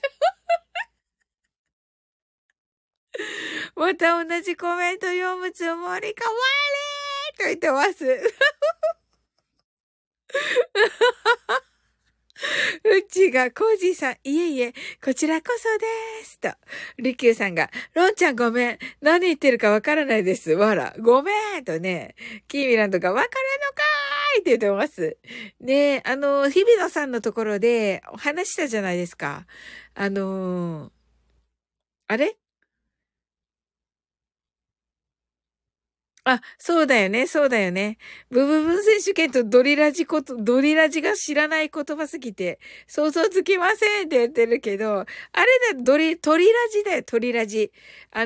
また同じコメント読むつもりかわれーと言ってます。うちが、コージーさん、いえいえ、こちらこそです。と。リキューさんが、ロンちゃんごめん。何言ってるかわからないです。わら。ごめんとね。キーミランドがわからんのかーいって言ってます。ね日比野さんのところで話したじゃないですか。あれあ、そうだよね、そうだよね。ブブブン選手権とドリラジが知らない言葉すぎて、想像つきませんって言ってるけど、あれだ、トリラジだよ、トリラジ。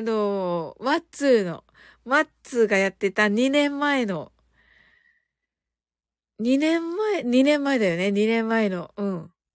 マッツーがやってた2年前の、2年前だよね、2年前の、うん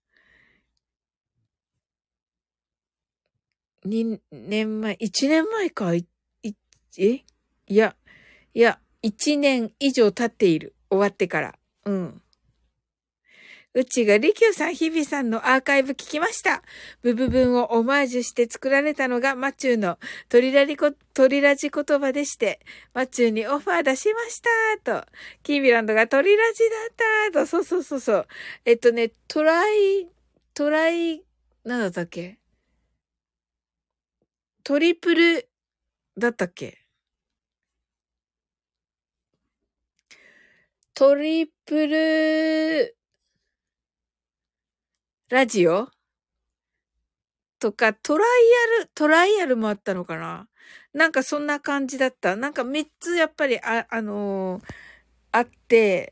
。2年前、1年前か、えいや、1年以上経っている。終わってから。うん。うちがリキューさん、ヒビさんのアーカイブ聞きました。部分をオマージュして作られたのがマチューの鳥ラジ言葉でして、マチューにオファー出しました。と。キービランドが鳥ラジだった。と。そう。トライ、なんだったっけトリプルだったっけトリプルラジオとか、トライアルもあったのかななんかそんな感じだった。なんか3つやっぱり、あって、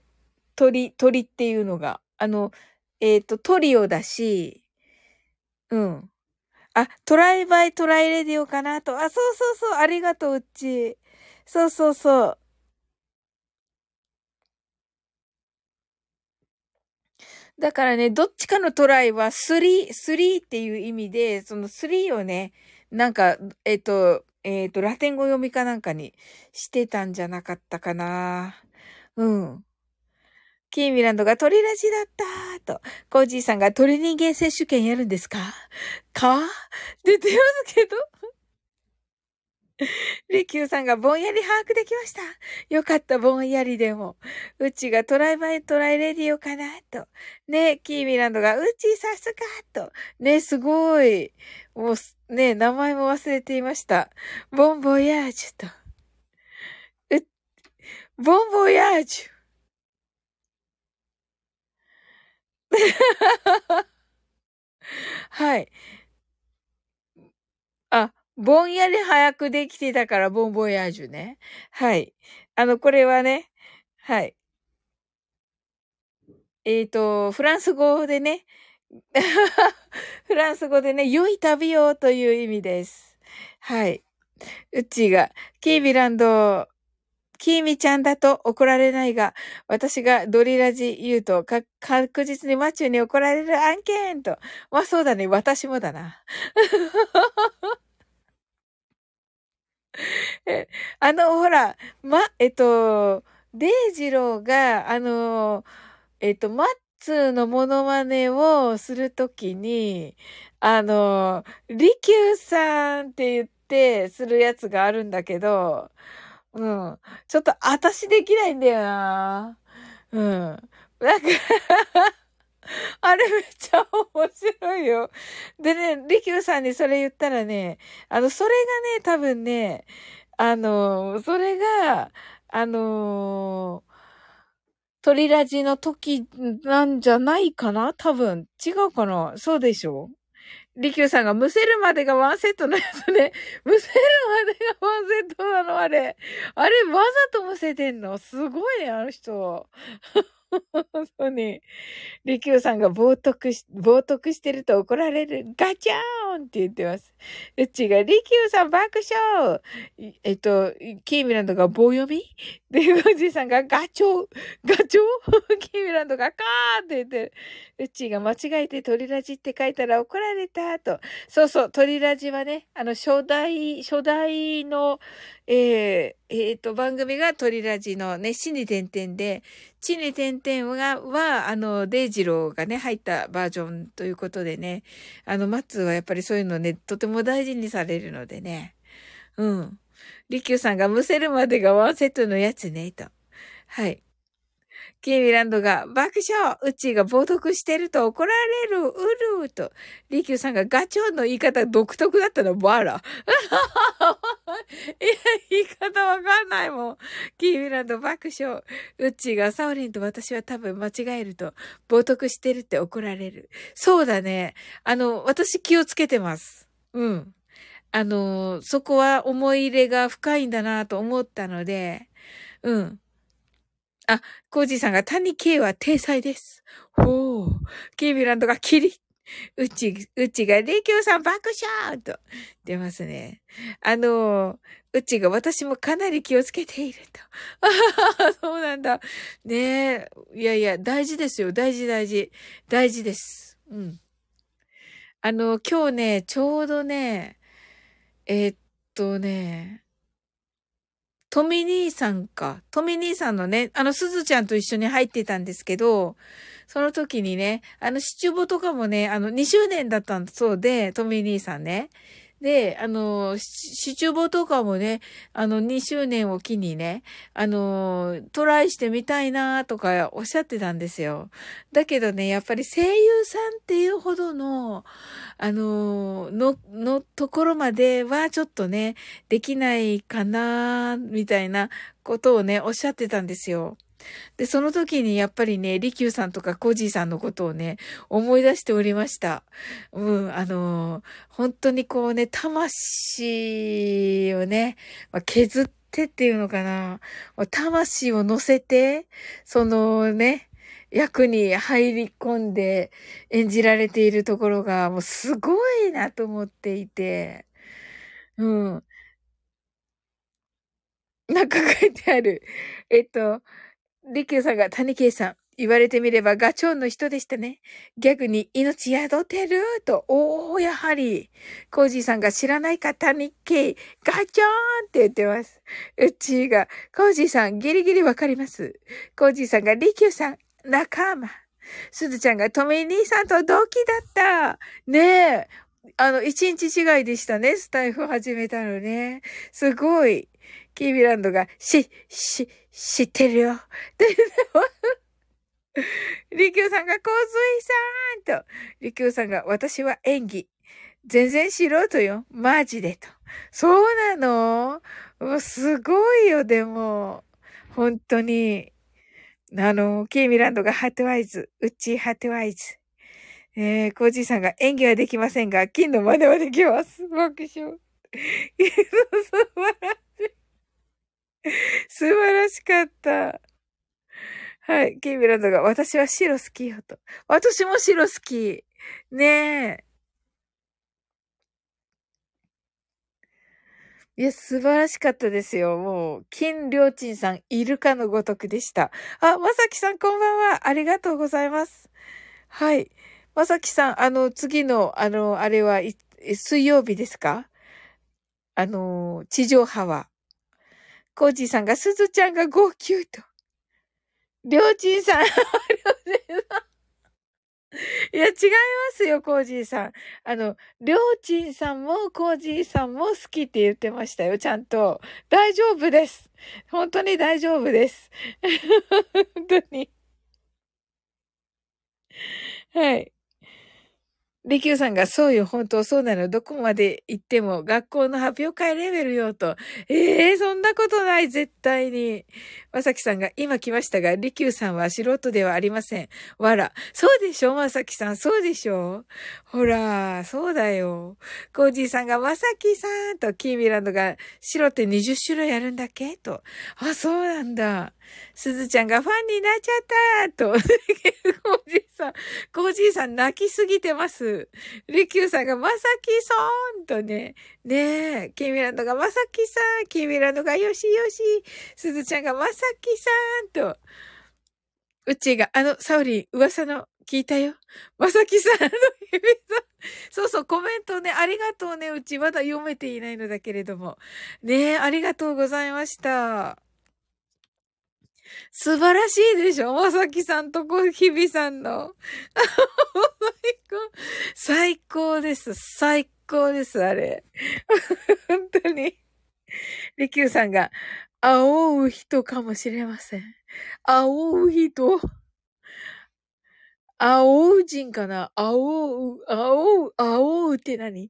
鳥っていうのが、トリオだし、うん。トライバイトライレディオかなと。そう、ありがとう、うっち。そう。だからね、どっちかのトライはスリーっていう意味で、そのスリーをね、なんか、ラテン語読みかなんかにしてたんじゃなかったかな。うん。キーミランドが鳥ラジだったと。コージーさんが鳥人間接種券やるんですかって言ってますけど。 リキューさんがぼんやり把握できました。よかった、ぼんやりでも。うちがトライバイトライレディオかなと。ね、キーミランドがうちさすがと。ね、すごい。もう、ね、名前も忘れていました。ボンボヤージュと。ボンボヤージュ。はい。あ、ぼんやり早くできてたからボンボヤージュね。はい。これはね、はい。フランス語でね、フランス語でね、良い旅をという意味です。はい。うっちーが、キービランド、キーミちゃんだと怒られないが、私がドリラジ言うと、確実にマチューに怒られる案件と。まあそうだね、私もだな。えほら、デイジローが、マッツーのモノマネをするときに、リキューさんって言ってするやつがあるんだけど、うん。ちょっと私できないんだよな。うん。なんかあれめっちゃ面白いよ。でね、リキューさんにそれ言ったらね、それがね、多分ね、それが、あのトリラジの時なんじゃないかな多分。違うかなそうでしょリキューさんがむせるまでがワンセットのやつね。むせるまでがワンセットなの、あれ。あれ、わざとむせてんのすごいね、あの人。本当に。リキューさんが冒涜してると怒られる。ガチャーンって言ってます。うちが、リキューさん爆笑キーミランドが棒読みで、ゴジさんがガチョウキーミランドがカーって言ってる。うちが間違えてトリラジって書いたら怒られたと。そうそう、トリラジはね、初代の、番組がトリラジのね、死に点々で、地に点々デイジローがね、入ったバージョンということでね、マッツーはやっぱりそういうのね、とても大事にされるのでね。うん。リキューさんがむせるまでがワンセットのやつね、と。はい。キーミランドが爆笑うちが冒涜してると怒られるうるーと。リキューさんがガチョウの言い方独特だったのバラ。いや、言い方わかんないもん。キーミランド爆笑。うっちーがサオリンと私は多分間違えると、冒涜してるって怒られる。そうだね。私気をつけてます。うん。そこは思い入れが深いんだなと思ったので、うん。あ、コージーさんが谷圭は体裁です。ほう。キーミランドがキリ。うちがリキューさん爆笑と出ますね。うちが私もかなり気をつけていると。ああ、そうなんだ。ねえ。いやいや、大事ですよ。大事大事。大事です。うん。今日ね、ちょうどね、えーっね、トミ兄さんか。トミ兄さんのね、すずちゃんと一緒に入ってたんですけど、その時にね、七五とかもね、2周年だったんだそうで、トミ兄さんね。で、七五とかもね、2周年を機にね、トライしてみたいなとかおっしゃってたんですよ。だけどね、やっぱり声優さんっていうほどの、ところまではちょっとね、できないかな、みたいなことをね、おっしゃってたんですよ。で、その時にやっぱりね、リキューさんとかコジーさんのことをね、思い出しておりました。うん、本当にこうね、魂をね、削ってっていうのかな。魂を乗せて、そのね、役に入り込んで演じられているところがもうすごいなと思っていて、うん。なんか書いてある。リキューさんが谷圭さん。言われてみればガチョウの人でしたね。逆に命宿ってると。おー、やはり。コージーさんが知らないか谷圭。ガチョーンって言ってます。うっちーが、コージーさんギリギリわかります。コージーさんがリキューさん仲間。すずちゃんがトミー兄さんと同期だった。ねえ。 一日違いでしたね。スタイフ始めたのね。すごい。キービランドが、知ってるよ。で、リキューさんが、洪水さんと、リキューさんが、私は演技。全然素人よ。マジでと。そうなの？すごいよ、でも。本当に。キーミランドがハートワイズ。うっちーハートワイズ。コージーさんが演技はできませんが、金の真似はできます。爆笑。素晴らしかった。はい。キーミランドが、私は白好きよと。私も白好き。ねえ。いや、素晴らしかったですよ。もう、金良鎮さん、イルカのごとくでした。あ、まさきさん、こんばんは。ありがとうございます。はい。まさきさん、次の、あれは、水曜日ですか？地上波は。コージーさんが、すずちゃんが号泣と。りょうちんさん、いや、違いますよ、コージーさん。りょうちんさんもコージーさんも好きって言ってましたよ、ちゃんと。大丈夫です。本当に大丈夫です。本当に。はい。リキューさんが、そうよ、本当そうなの。どこまで行っても学校の発表会レベルよと。そんなことない、絶対に。まさきさんが、今来ましたが、リキューさんは素人ではありません。わら。そうでしょまさきさん、そうでしょ？ほら、そうだよ。コージーさんが、まさきさんと、キーミランドが、白って20種類あるんだっけと。あ、そうなんだ。すずちゃんがファンになっちゃったと。コージーさん、コージーさん泣きすぎてます。リキューさんがまさきさんとね、ねえ、キーミランドがまさきさん、キーミランドがよしよし、すずちゃんがまさきさんと、うちがサウリン、噂の聞いたよ。まさきさん、ひびさん。そうそう、コメントね、ありがとうね、うちまだ読めていないのだけれども。ねえ、ありがとうございました。素晴らしいでしょまさきさんとひびさんの。最高です。最高です、あれ。本当に。りきゅうさんが、煽う人かもしれません。煽う人煽う人かな煽うって何？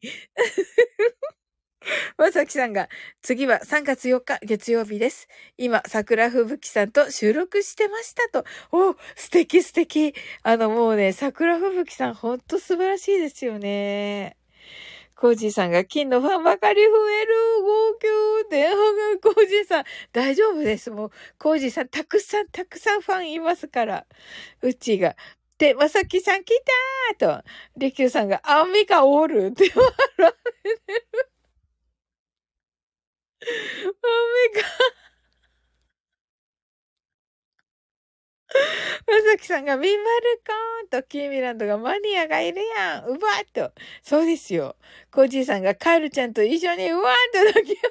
まさきさんが、次は3月4日月曜日です。今、桜吹雪さんと収録してましたと。お、素敵素敵。もうね、桜吹雪さんほんと素晴らしいですよね。コージーさんが金のファンばかり増える。号泣電話がコージーさん。大丈夫です。もう、コージーさんたくさんたくさんファンいますから。うちが。で、まさきさん来たーと。りきゅうさんがアンミカおるって笑ってる。アンミカ。まさきさんがミンマルコーンとキーミランドがマニアがいるやん。うわーっと。そうですよ。コージーさんがカールちゃんと一緒にうわーっと泣きます。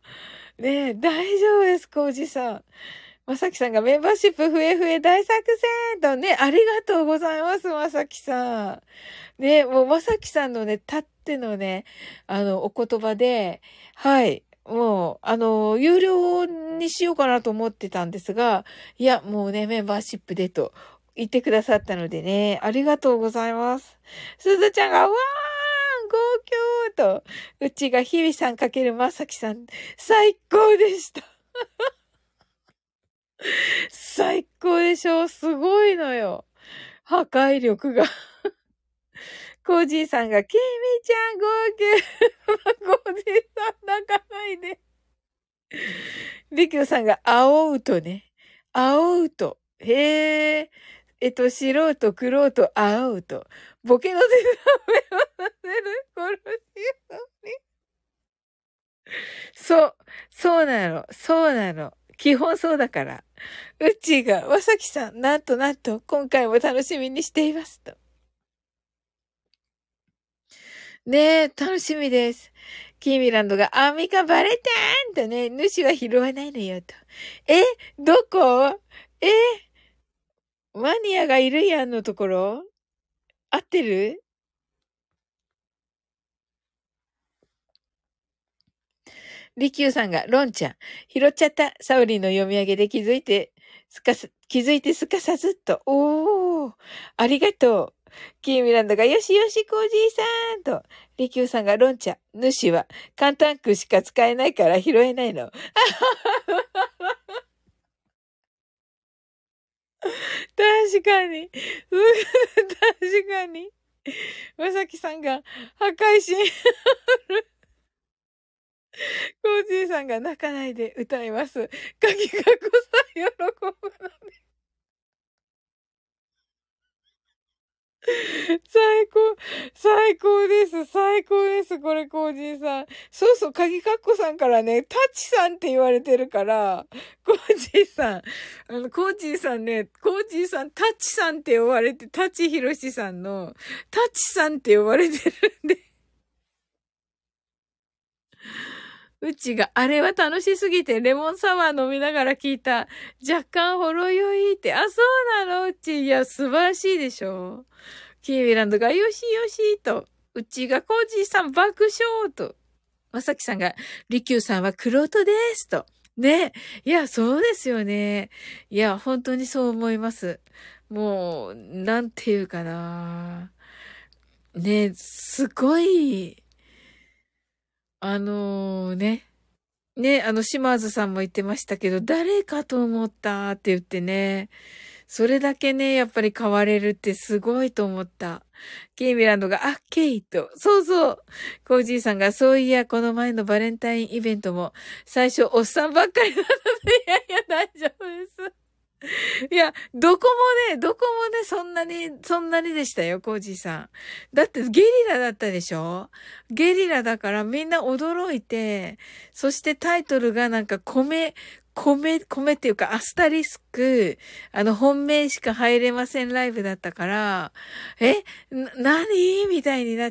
ねえ、大丈夫です、コージーさん。まさきさんがメンバーシップ増え増え大作戦とね、ありがとうございます、まさきさん。ね、もうまさきさんのね、たってのね、お言葉で、はい、もう、有料にしようかなと思ってたんですが、いや、もうね、メンバーシップでと言ってくださったのでね、ありがとうございます。すずちゃんが、わーん号泣と、うちが日々さんかけるまさきさん、最高でした。最高でしょすごいのよ。破壊力が。コージーさんが、キミちゃん号泣。コージーさん泣かないで。リキューさんが、青うとね。青うと。へえ。素人、黒人、青うと。ボケの手で目をさせる。殺し屋に。そう。そうなの。そうなの。基本そうだから。うちが、わさきさん、なんとなんと、今回も楽しみにしていますと。ねえ、楽しみです。キーミランドが、アンミカバレたーんとね、主は拾わないのよと。えどこえマニアがいるやんのところ合ってる？リキューさんが、ロンちゃん、拾っちゃった。サウリンの読み上げで気づいてすかさずっと。おー、ありがとう。キーミランドが、よしよし、コージーさんと。リキューさんが、ロンちゃん、主は、簡単句しか使えないから拾えないの。確かに。確かに。まさきさんが、破壊神。コージーさんが泣かないで歌います。鍵かこさん喜ぶの。最高、最高です。最高です。これ、コージーさん。そうそう、鍵かっこさんからね、タチさんって言われてるから、コージーさん、コージーさんね、コージーさん、タチさんって呼ばれて、タチヒロシさんの、タチさんって呼ばれてるんで、うちが、あれは楽しすぎて、レモンサワー飲みながら聞いた、若干ほろ酔いって、あ、そうなのうち、いや、素晴らしいでしょ？キーミランドが、よしよしと、うちがコージーさん爆笑と、まさきさんが、リキューさんはクロートですと。ね。いや、そうですよね。いや、本当にそう思います。もう、なんていうかな。ね、すごい、ね。ね、島津さんも言ってましたけど、誰かと思ったって言ってね。それだけね、やっぱり変われるってすごいと思った。ケイミランドが、あ、ケイと。そうそう。コージーさんが、そういや、この前のバレンタインイベントも、最初、おっさんばっかりなので、いやいや、大丈夫です。いや、どこもね、そんなにでしたよ、コージーさん。だってゲリラだったでしょ？ゲリラだからみんな驚いて、そしてタイトルがなんか米っていうかアスタリスク、本命しか入れませんライブだったから、何みたいになって、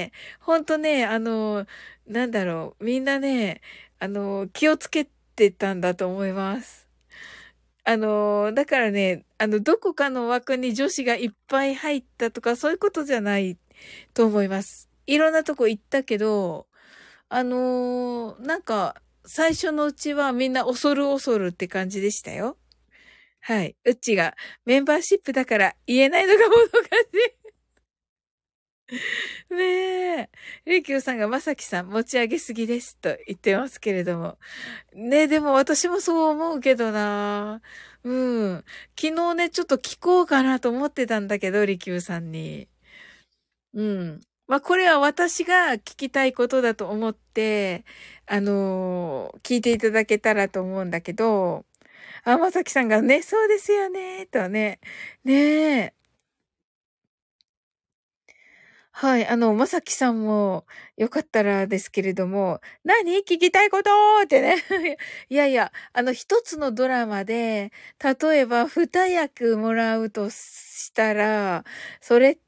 ほんとね、なんだろう、みんなね、気をつけてたんだと思います。だからね、どこかの枠に女子がいっぱい入ったとか、そういうことじゃないと思います。いろんなとこ行ったけど、なんか、最初のうちはみんな恐る恐るって感じでしたよ。はい。うっちがメンバーシップだから言えないのがもどかしい。ねえ。りきゅうさんがまさきさん持ち上げすぎですと言ってますけれども。ねえ、でも私もそう思うけどな。うん。昨日ね、ちょっと聞こうかなと思ってたんだけど、りきゅうさんに。うん。まあ、これは私が聞きたいことだと思って、聞いていただけたらと思うんだけど、あ、まさきさんがね、そうですよね、とね。ねえ。はい、まさきさんもよかったらですけれども、何聞きたいことってね。いやいや、一つのドラマで、例えば二役もらうとしたら、それって、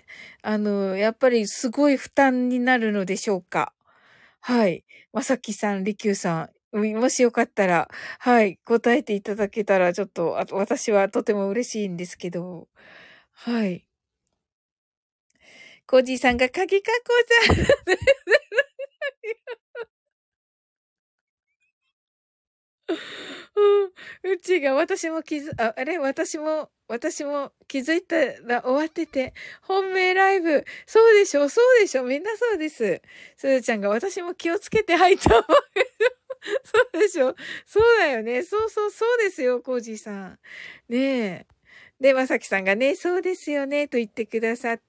やっぱりすごい負担になるのでしょうか？はい。まさきさん、りきゅうさん、もしよかったら、はい、答えていただけたら、ちょっと、私はとても嬉しいんですけど。はい。コージーさんが鍵かこさん。うん。うちが私も気づいたら終わってて、本命ライブ。そうでしょ、そうでしょ、みんなそうです。すずちゃんが私も気をつけて入ったわけ。そうでしょ、そうだよね。そうそう、そうですよ、コージーさん。ねえ。で、まさきさんがね、そうですよね、と言ってくださって、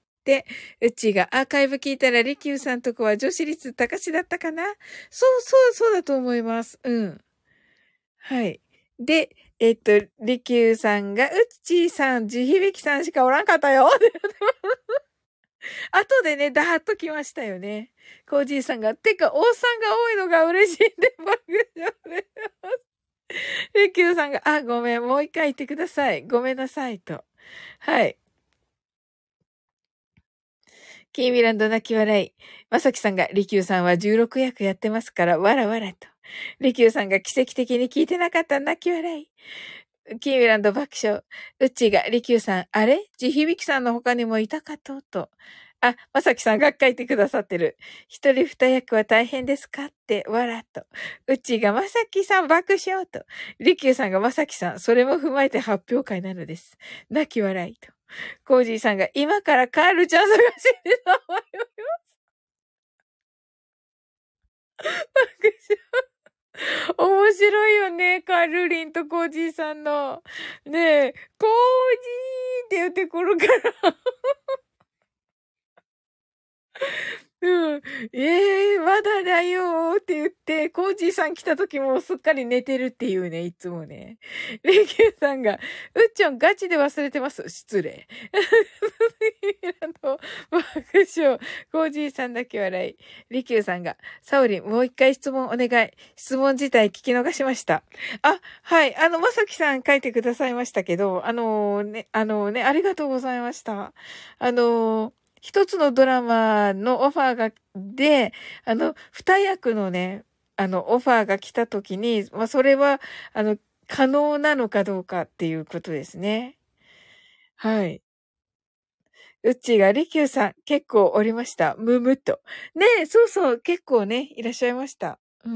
うちがアーカイブ聞いたら、りきゅうさんとこは女子率高しだったかな？そうそう、そうだと思います。うん。はい。で、りきゅうさんが、うっちーさん、地響きさんしかおらんかったよ。後でね、ダーッと来ましたよね。コージーさんが、てか、おっさんが多いのが嬉しいんで、爆笑で。りきゅうさんが、あ、ごめん、もう一回言ってください。ごめんなさい、と。はい。キーミランド泣き笑い。まさきさんが、りきゅうさんは16役やってますから、わらわらと。りきゅうさんが奇跡的に聞いてなかった泣き笑い。 キーミランド爆笑。うっちーが、リキューさん、あれ地響さんの他にもいたかと。あ、まさきさんが書いてくださってる。一人二役は大変ですかって、笑っと。うっちーが、まさきさん爆笑と。リキューさんが、まさきさん、それも踏まえて発表会なのです。泣き笑いと。コージーさんが、今からカールちゃん探しに名前を爆笑。面白いよね。カールリンとコージーさんの。ねえ、コージーって言ってくるから。うん。まだだよーって言って、コージーさん来た時もすっかり寝てるっていうね、いつもね。レキューさんが、うっちょんガチで忘れてます。失礼。爆笑。コージーさんだけ笑い。リキューさんが、サオリン、もう一回質問お願い。質問自体聞き逃しました。あ、はい。まさきさん書いてくださいましたけど、ありがとうございました。一つのドラマのオファーで、二役のね、オファーが来た時に、まあ、それは、可能なのかどうかっていうことですね。はい。うっちーが、りきゅうさん、結構おりました。むむっと。ねえ、そうそう、結構ね、いらっしゃいました。うん。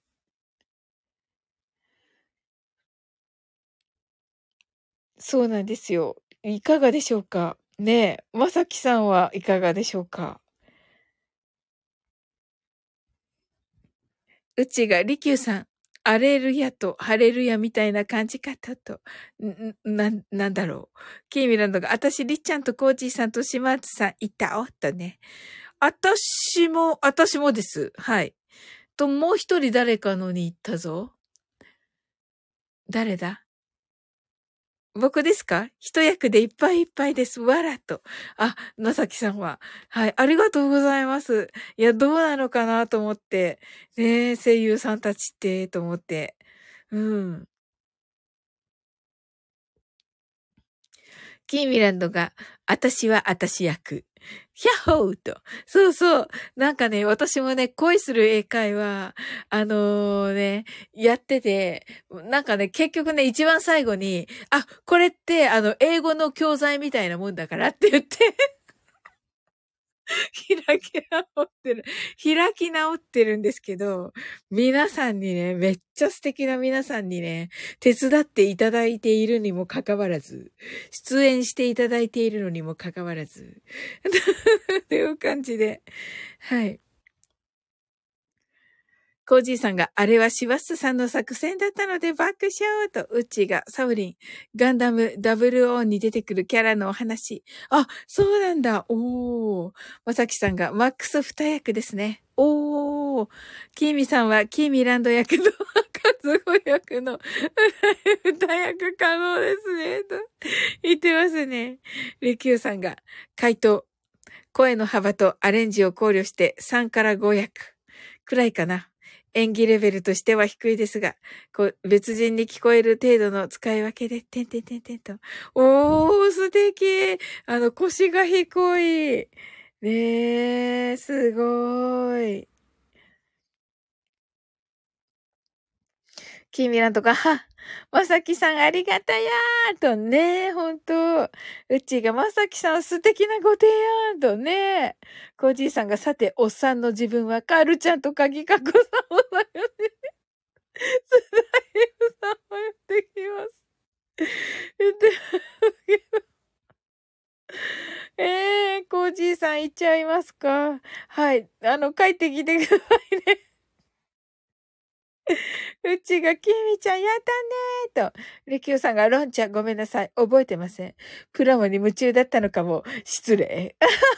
そうなんですよ。いかがでしょうかねえ、まさきさんはいかがでしょうか。うちが、りきゅうさん、アレルヤとハレルヤみたいな感じかと。なんだろう。キーミランドが、あたし、りっちゃんとコーチーさんと島津さんいたおっとね。私もです。はい。もう一人誰かのに行ったぞ。誰だ僕ですか一役でいっぱいいっぱいです。わらと。あ、まさきさんは。はい。ありがとうございます。いや、どうなのかなと思って。ねえ、声優さんたちって、と思って。うん。キーミランドが、私は私役。ヒャッホーと。そうそう。なんかね、私もね、恋する英会話、やってて、なんかね、結局ね、一番最後に、あ、これって、英語の教材みたいなもんだからって言って開き直ってる。開き直ってるんですけど、皆さんにね、めっちゃ素敵な皆さんにね、手伝っていただいているにもかかわらず、出演していただいているのにもかかわらず、っていう感じで、はい。コージーさんが、あれはシバスさんの作戦だったので爆笑と、ウッチーが、サウリン、ガンダム00に出てくるキャラのお話。あ、そうなんだ。おー。まさきさんが、マックス二役ですね。おー。キーミさんは、キーミランド役と、カズホ役の二役可能ですね。と言ってますね。リキューさんが、回答。声の幅とアレンジを考慮して3から5役くらいかな。演技レベルとしては低いですが、別人に聞こえる程度の使い分けで、てんてんてんてんと。おー、素敵。腰が低い。ねえ、すごい。キーミランとか、まさきさんありがたやーとね、ほんと。うちがまさきさん素敵なご提案とね。コージーさんがさて、おっさんの自分はカールちゃんと鍵かこさんをだよね。スダイフさんも言ってきます。言ってますけど。コージーさん言っちゃいますか。はい。帰ってきてくださいね。うちが、きみちゃんやったねーと。りきゅうさんが、ロンちゃんごめんなさい。覚えてません。プラモに夢中だったのかも。失礼。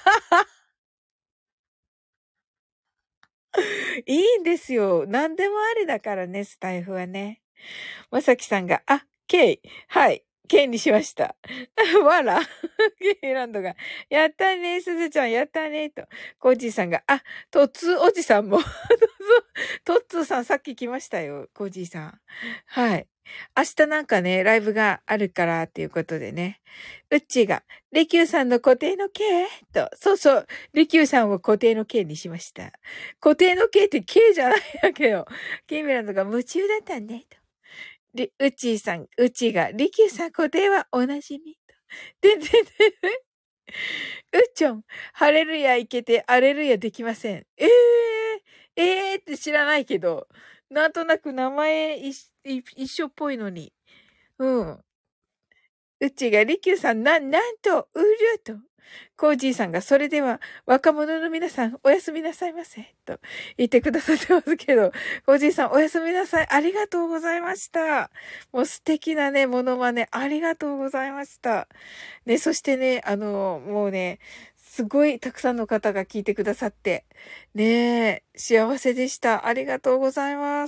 いいんですよ。何でもありだからね、スタイフはね。まさきさんが、あ、ケイ。はい。ケイにしました。わら。ケイランドが、やったね、すずちゃん、やったね、と。コージーさんが、あ、トッツーおじさんも。トッツーさんさっき来ましたよ、コージーさん。はい。明日なんかね、ライブがあるからっていうことでね。うっちーが、リキューさんの固定の K? と。そうそう。リキューさんを固定の K にしました。固定の K って K じゃないんだけど。キーミランドが夢中だったね。と。 うちーさん、うちが、りきゅうさん、固定はおなじみと。でんでんでんでん。うっちょん、ハレルヤいけて、アレルヤできません。って知らないけど、なんとなく名前一緒っぽいのに。うん。うちが、りきゅうさん、なんと、うると。コージーさんが、それでは、若者の皆さん、おやすみなさいませ。と言ってくださってますけど、コージーさん、おやすみなさい。ありがとうございました。もう素敵なね、モノマネ、ありがとうございました。ね、そしてね、もうね、すごいたくさんの方が聞いてくださって、ねえ、幸せでした。ありがとうございます。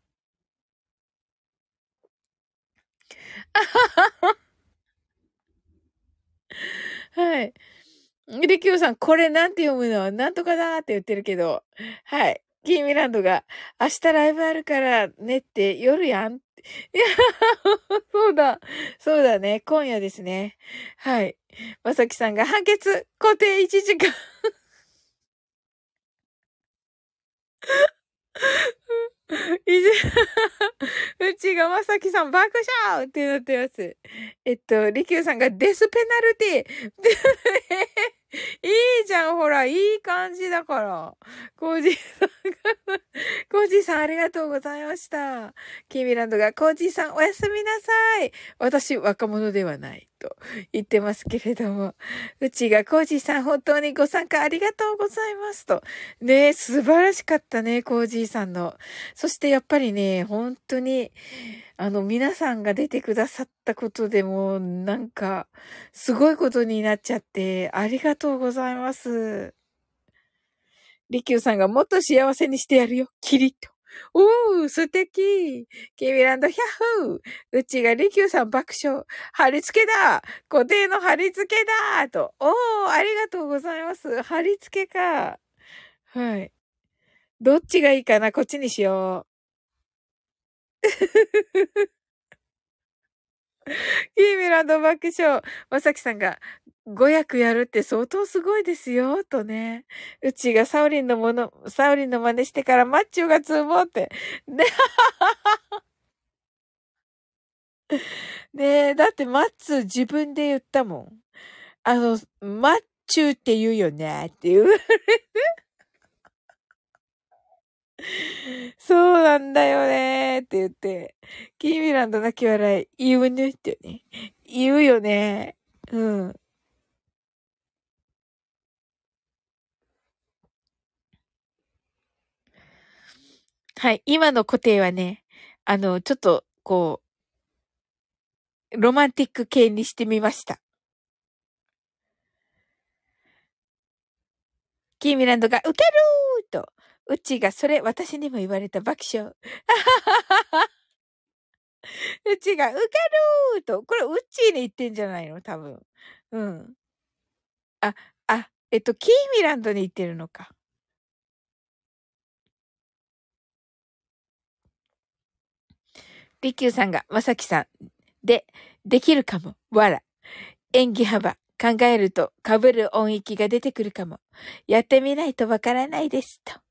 はい。リキューさん、これなんて読むのなんとかだーって言ってるけど、はい。キーミランドが、明日ライブあるからねって夜やん。いや、そうだ。そうだね。今夜ですね。はい。まさきさんが判決、固定1時間。いじ、うちがまさきさん爆笑ってなってます。りきゅうさんがデスペナルティ。いいじゃん、ほら、いい感じだから。コージーさんが、コージーさんありがとうございました。キーミランドが、コージーさんおやすみなさい。私、若者ではない。と言ってますけれども。うちが、コージーさん本当にご参加ありがとうございます。と。ねえ、素晴らしかったね、コージーさんの。そしてやっぱりね、本当に、皆さんが出てくださったことでも、なんか、すごいことになっちゃって、ありがとうございます。りきゅうさんがもっと幸せにしてやるよ、キリッと。おー、素敵。キーミランド、ヒャッホー。うちがりきゅうさん爆笑。貼り付けだ固定の貼り付けだと。おー、ありがとうございます。貼り付けか。はい。どっちがいいかなこっちにしよう。キーミランド爆笑。まさきさんが、5役やるって相当すごいですよ、とね。うちがサウリンの真似してからマッチョがツボって。で、ねだってマッツ自分で言ったもん。マッチュって言うよね、っていう。そうなんだよね、って言って。キーミランド泣き笑い、言うねってね。言うよね。うん。はい。今の固定はね、ちょっと、こう、ロマンティック系にしてみました。キーミランドが、ウケるーと、うちが、それ、私にも言われた爆笑。うちが、ウケるーと、これ、うっちーに言ってんじゃないの多分。うん。あ、キーミランドに言ってるのか。リキューさんが、まさきさん。で、できるかも。わら。演技幅。考えると被る音域が出てくるかも。やってみないとわからないです。と。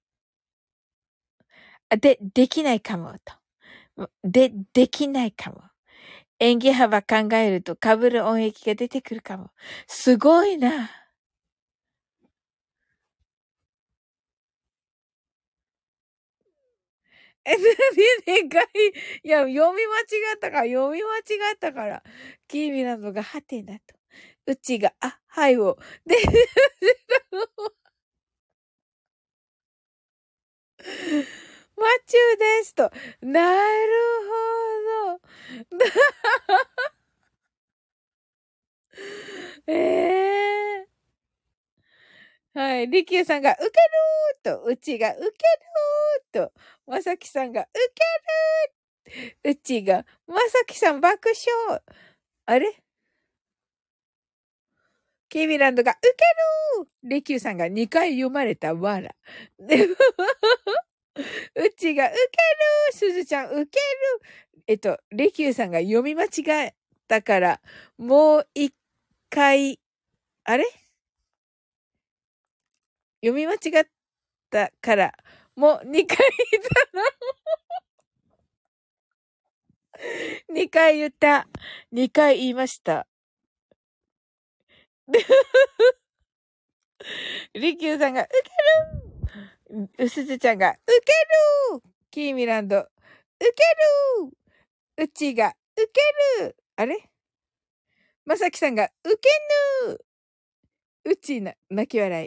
できないかも。と。できないかも。演技幅考えると被る音域が出てくるかも。すごいな。でかい。いや、読み間違ったから。キーミランドがハテナと。うちが、はいを。で、マチューですと。なるほど。ええはい。リキューさんが、ウケるーと、うちが、ウケるーと、まさきさんが、ウケるうちが、まさきさん爆笑。あれキーミランドが、ウケるリキューさんが2回読まれたわら。で、うちが、ウケるすずちゃん、ウケるリキューさんが読み間違えたから、もう1回、あれ読み間違ったから、もう2回言ったら、 2回言った。2回言いました。リキューさんが、ウケるうすずちゃんが、ウケるキーミランド、ウケるうちが、ウケるあれまさきさんが、ウケぬうち泣き笑い。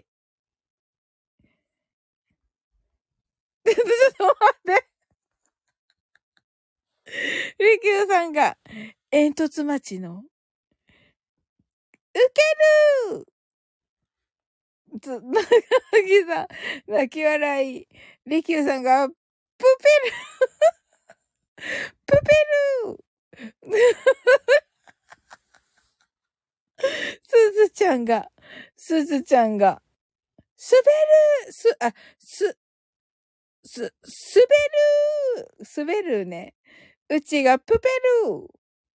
ちょっと待って。リキューさんが、煙突町の、ウケるなぎさん、泣き笑い。リキューさんが、プペルプペルすずちゃんが、すずちゃんが、滑る滑るね。うちがプペル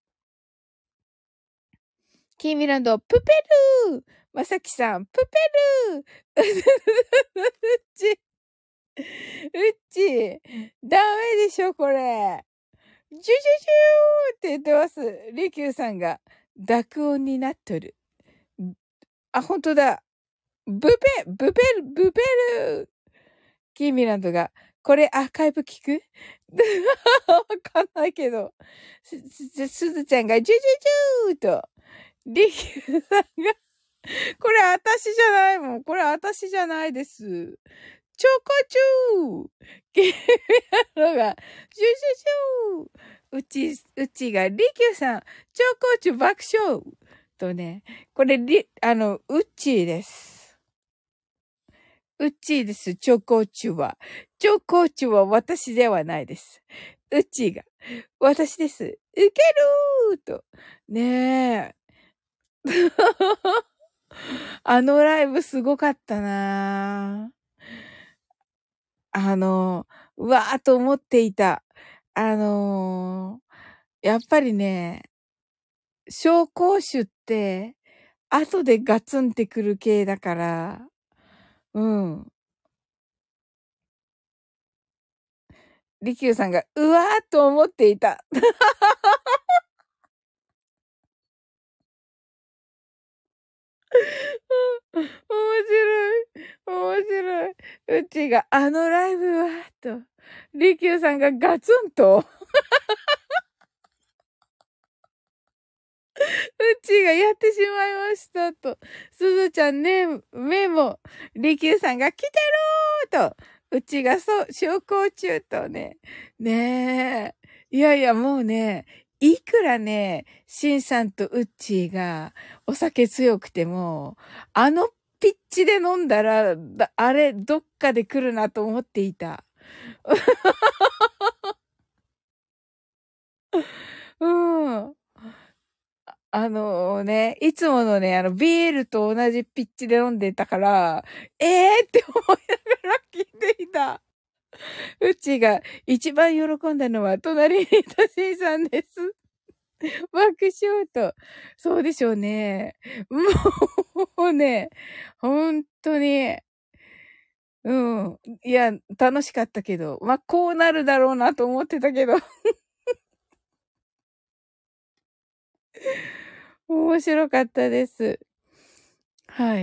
キーミランド、プペルまさきさん、プペルうち、ダメでしょ、これ。ジュジュジューって言ってます。リキューさんが、濁音になっとる。あ、ほんとだ。ブペルキーミランドが、これアーカイブ聞くわかんないけど。すずちゃんが、ジュジュジューと、リキューさんが、これ私じゃないもん。これ私じゃないです。チョコチューキーミランドが、ジュジュジューうちが、リキューさん、チョコチュ爆笑とね、これ、ウッチーです。うっちーです、チョコチュは。チョコチュは私ではないです。うっちーが、私です。いけるーと。ねえ。あのライブすごかったなうわーと思っていた。やっぱりね、紹興酒って、後でガツンってくる系だから、うん。リキューさんが、うわーと思っていた。面白い。面白い。うちが、あのライブは、と。リキューさんがガツンと。うちがやってしまいました、と。すずちゃんね、メモ。リキューさんが来てるーと。うちがそう、昇降中とね。ねえ。いやいや、もうね、いくらね、シンさんとウッチーがお酒強くても、あのピッチで飲んだら、あれ、どっかで来るなと思っていた。うん。いつものね、ビールと同じピッチで飲んでたから、って思いながら聞いていた。うちが一番喜んだのは隣にいたシンさんです。爆笑と。そうでしょうね。もうね、本当に、うん。いや、楽しかったけど、まあ、こうなるだろうなと思ってたけど、面白かったです。はい。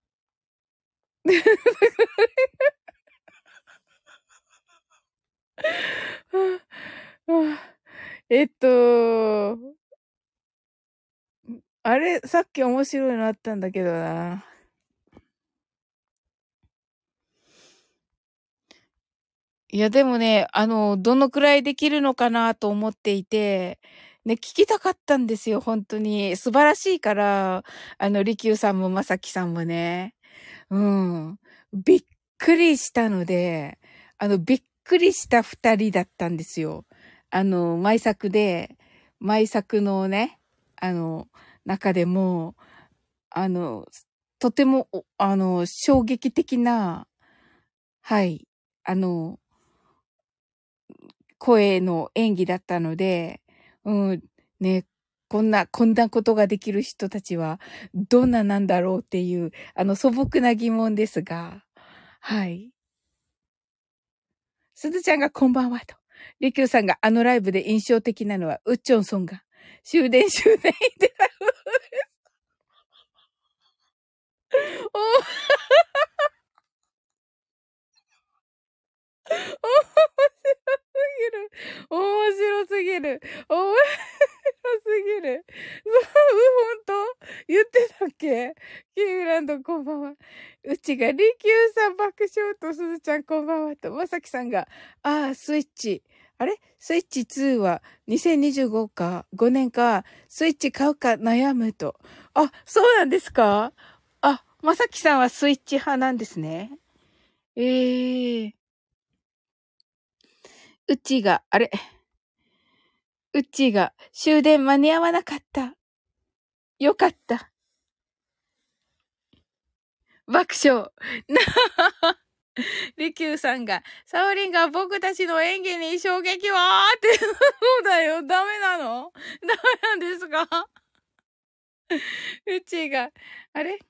えっと、あれ、さっき面白いのあったんだけどな。いや、でもね、どのくらいできるのかなと思っていて、ね、聞きたかったんですよ、本当に。素晴らしいから、利休さんもまさきさんもね。うん。びっくりしたので、びっくりした二人だったんですよ。毎作のね、中でも、あの、とても、衝撃的な、はい、あの、声の演技だったので、うん、ね、こんなことができる人たちは、どんななんだろうっていう、素朴な疑問ですが、はい。すずちゃんがこんばんはと。 リキューさんがあのライブで印象的なのは、ウッチョンソンが、終電言ってた。面白すぎる。面白すぎる。そう、ほんと言ってたっけ？キーランドこんばんは。うちがリキューさん爆笑とすずちゃんこんばんはと、まさきさんが、スイッチ。あれスイッチ2は2025か5年か、スイッチ買うか悩むと。あ、そうなんですか？まさきさんはスイッチ派なんですね。うちが、うちが終電間に合わなかった。よかった。爆笑。リキューさんが、サオリンが僕たちの演技に衝撃はって、そうだよ。ダメなの？ダメなんですか？うちが、あれ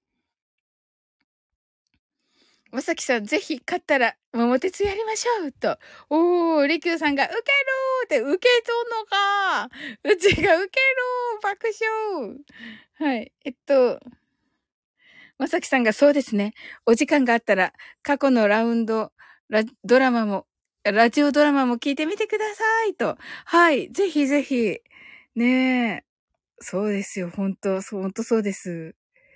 まさきさん、ぜひ勝ったら、桃鉄やりましょうと。リキューさんが、ウケるーって、ウケとんのかうちが、ウケるー爆笑はい。まさきさんがそうですね。お時間があったら、過去のラウンド、ドラマも、ラジオドラマも聞いてみてくださいと。はい。ぜひぜひ。ねえ。そうですよ。本当そうです。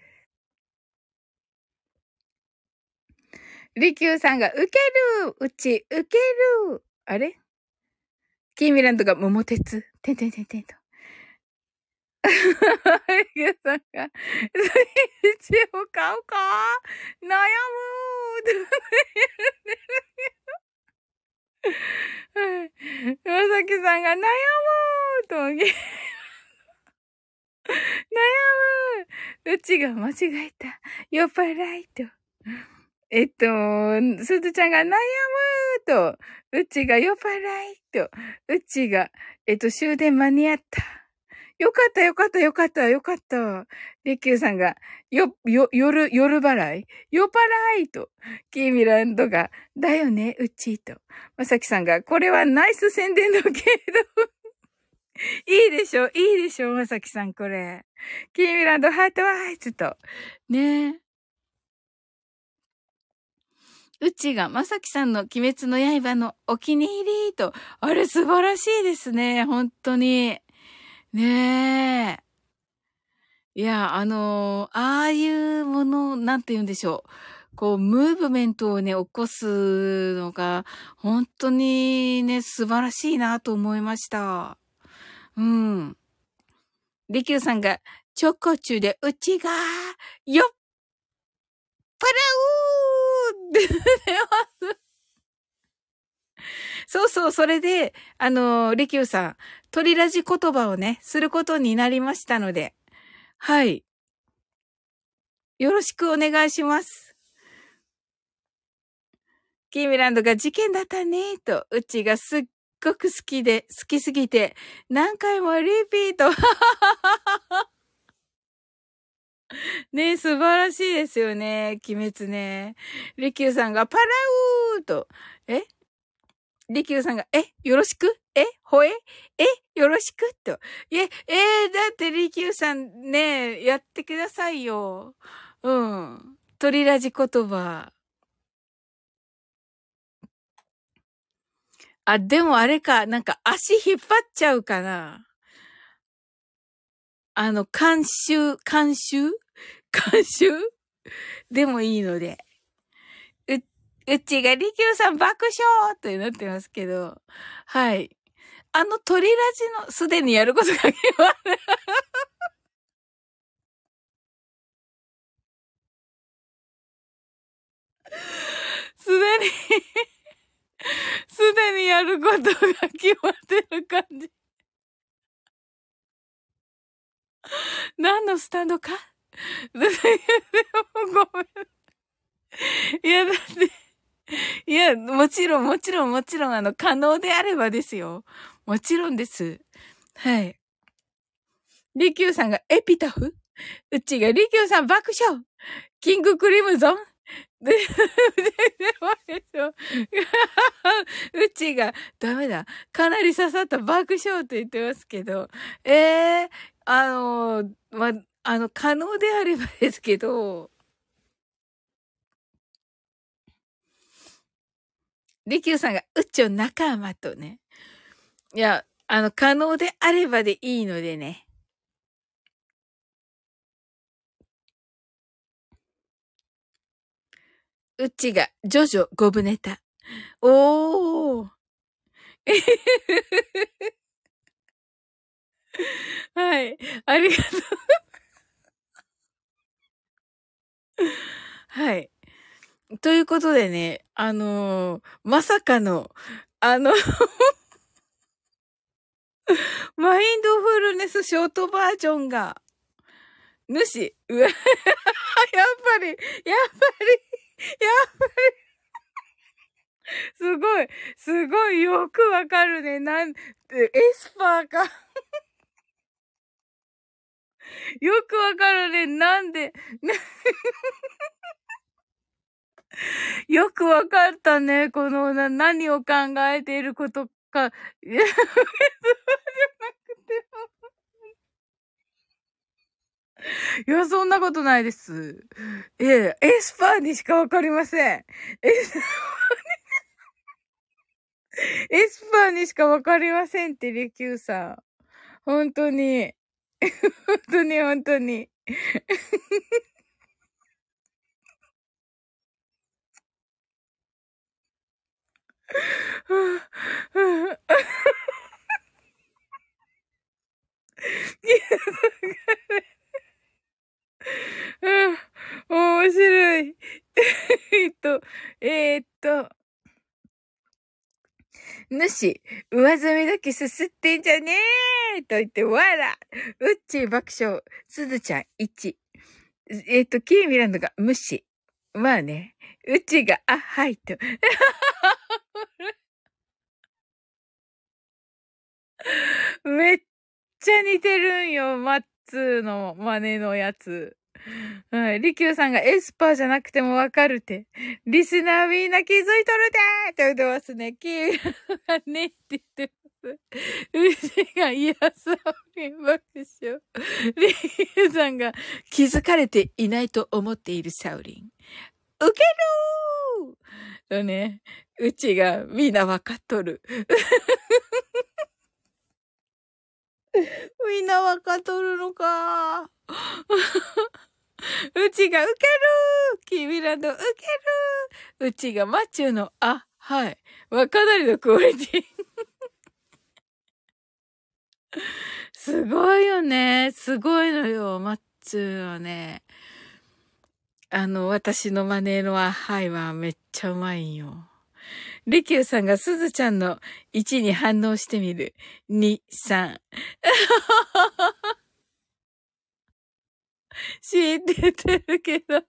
リキューさんが、ウケるうち、ウケるあれキーミランドが桃鉄。てんてんてんてんと。リキューさんが、スイッチを買うか悩むはい。まさきさんが悩むと、悩むうちが間違えた。酔っ払いと。すずちゃんが悩むと、うちが酔っ払いと、うちが、終電間に合った。よかった、よかった、よかった、よかった。りきゅうさんが、夜払い酔っ払いと、キーミランドが、だよね、うちと。まさきさんが、これはナイス宣伝だけど、いいでしょ、いいでしょ、まさきさん、これ。キーミランドハートワイズと。ねえ。うちがまさきさんの鬼滅の刃のお気に入りと、あれ素晴らしいですね、本当に。ねえ。いや、ああいうもの、なんて言うんでしょう。こう、ムーブメントをね、起こすのが、本当にね、素晴らしいなと思いました。うん。リキューさんが、チョコチュで、うちが、よっぱらうーって出ます。そうそう、それで、リキューさん、鳥ラジ言葉をね、することになりましたので、はい。よろしくお願いします。キーミランドが事件だったね、と、うちがすっごく好きすぎて、何回もリピート。ね、素晴らしいですよね、鬼滅ね。リキューさんがパラウーと、リキューさんが、よろしくよろしくと。だってリキューさんね、やってくださいよ。うん。鳥ラジ言葉。でもあれか、なんか足引っ張っちゃうかな。監修でもいいので。うちがリキューさん爆笑ってなってますけど。はい。鳥ラジのすでにやることが決まる。すでにやることが決まってる感じ。何のスタンドかでもごめん。いや、だって、いや、もちろん、可能であればですよ。もちろんです。はい。リキューさんがエピタフうちがリキューさん爆笑キングクリムゾンで、でしょ。うちが、ダメだ。かなり刺さった爆笑と言ってますけど、ま、可能であればですけど、りきゅうさんが、うちを仲間とね。いや、可能であればでいいのでね。うちが、ジョジョ5部ネタ。おー。はい。ありがとう。はい。ということでね、まさかの、あの、マインドフルネスショートバージョンが、うわ、やっぱり、やっぱり、やっぱり、すごい、すごいよくわかるね。エスパーか。よくわかるね。よくわかったね。この、何を考えていることか。いや、いや、そんなことないです。エスパーにしかわかりません。エスパーにしかわかりませんって、リキューさん。本当に。本当に、本当に。面白い。えっと、えーっと、主、上積みだけすすってんじゃねーと言って、わら。うっちー爆笑。すずちゃん1。キーミランドが無視。まあね。うちが、あ、はいと。めっちゃ似てるんよ、マッツーの真似のやつ。はい。リキューさんがエスパーじゃなくてもわかるって。リスナーみんな気づいとるでーって言ってますね。キーがねって言ってます。うちが癒され爆笑。リキューさんが気づかれていないと思っているサウリン。ウケるーとね、うちがみんなわかっとる。みんなわかっとるのか。うちがウケる君らのウケるうちがマチューの、あ、はい。かなりのクオリティ。すごいよね。すごいのよ、マッチューはね。私のマネーのはいはめっちゃうまいんよ。リキューさんがすずちゃんの1に反応してみる。2、3。知っててるけど。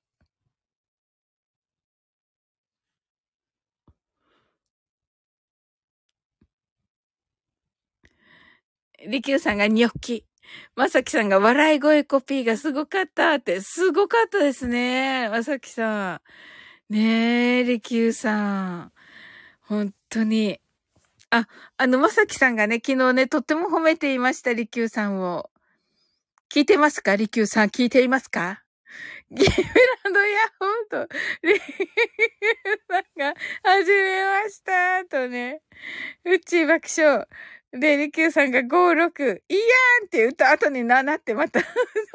リキューさんがニョッキ。まさきさんが笑い声コピーがすごかったって。すごかったですね。まさきさん。ねえ、リキューさん。本当に。あ、まさきさんがね、昨日ね、とっても褒めていました、リキューさんを。聞いてますかリキューさん、聞いていますかギブランドヤホーと、リキューさんが、はじめました、とね。うち爆笑。で、リキューさんが56、いいやんって言った後に7ってまた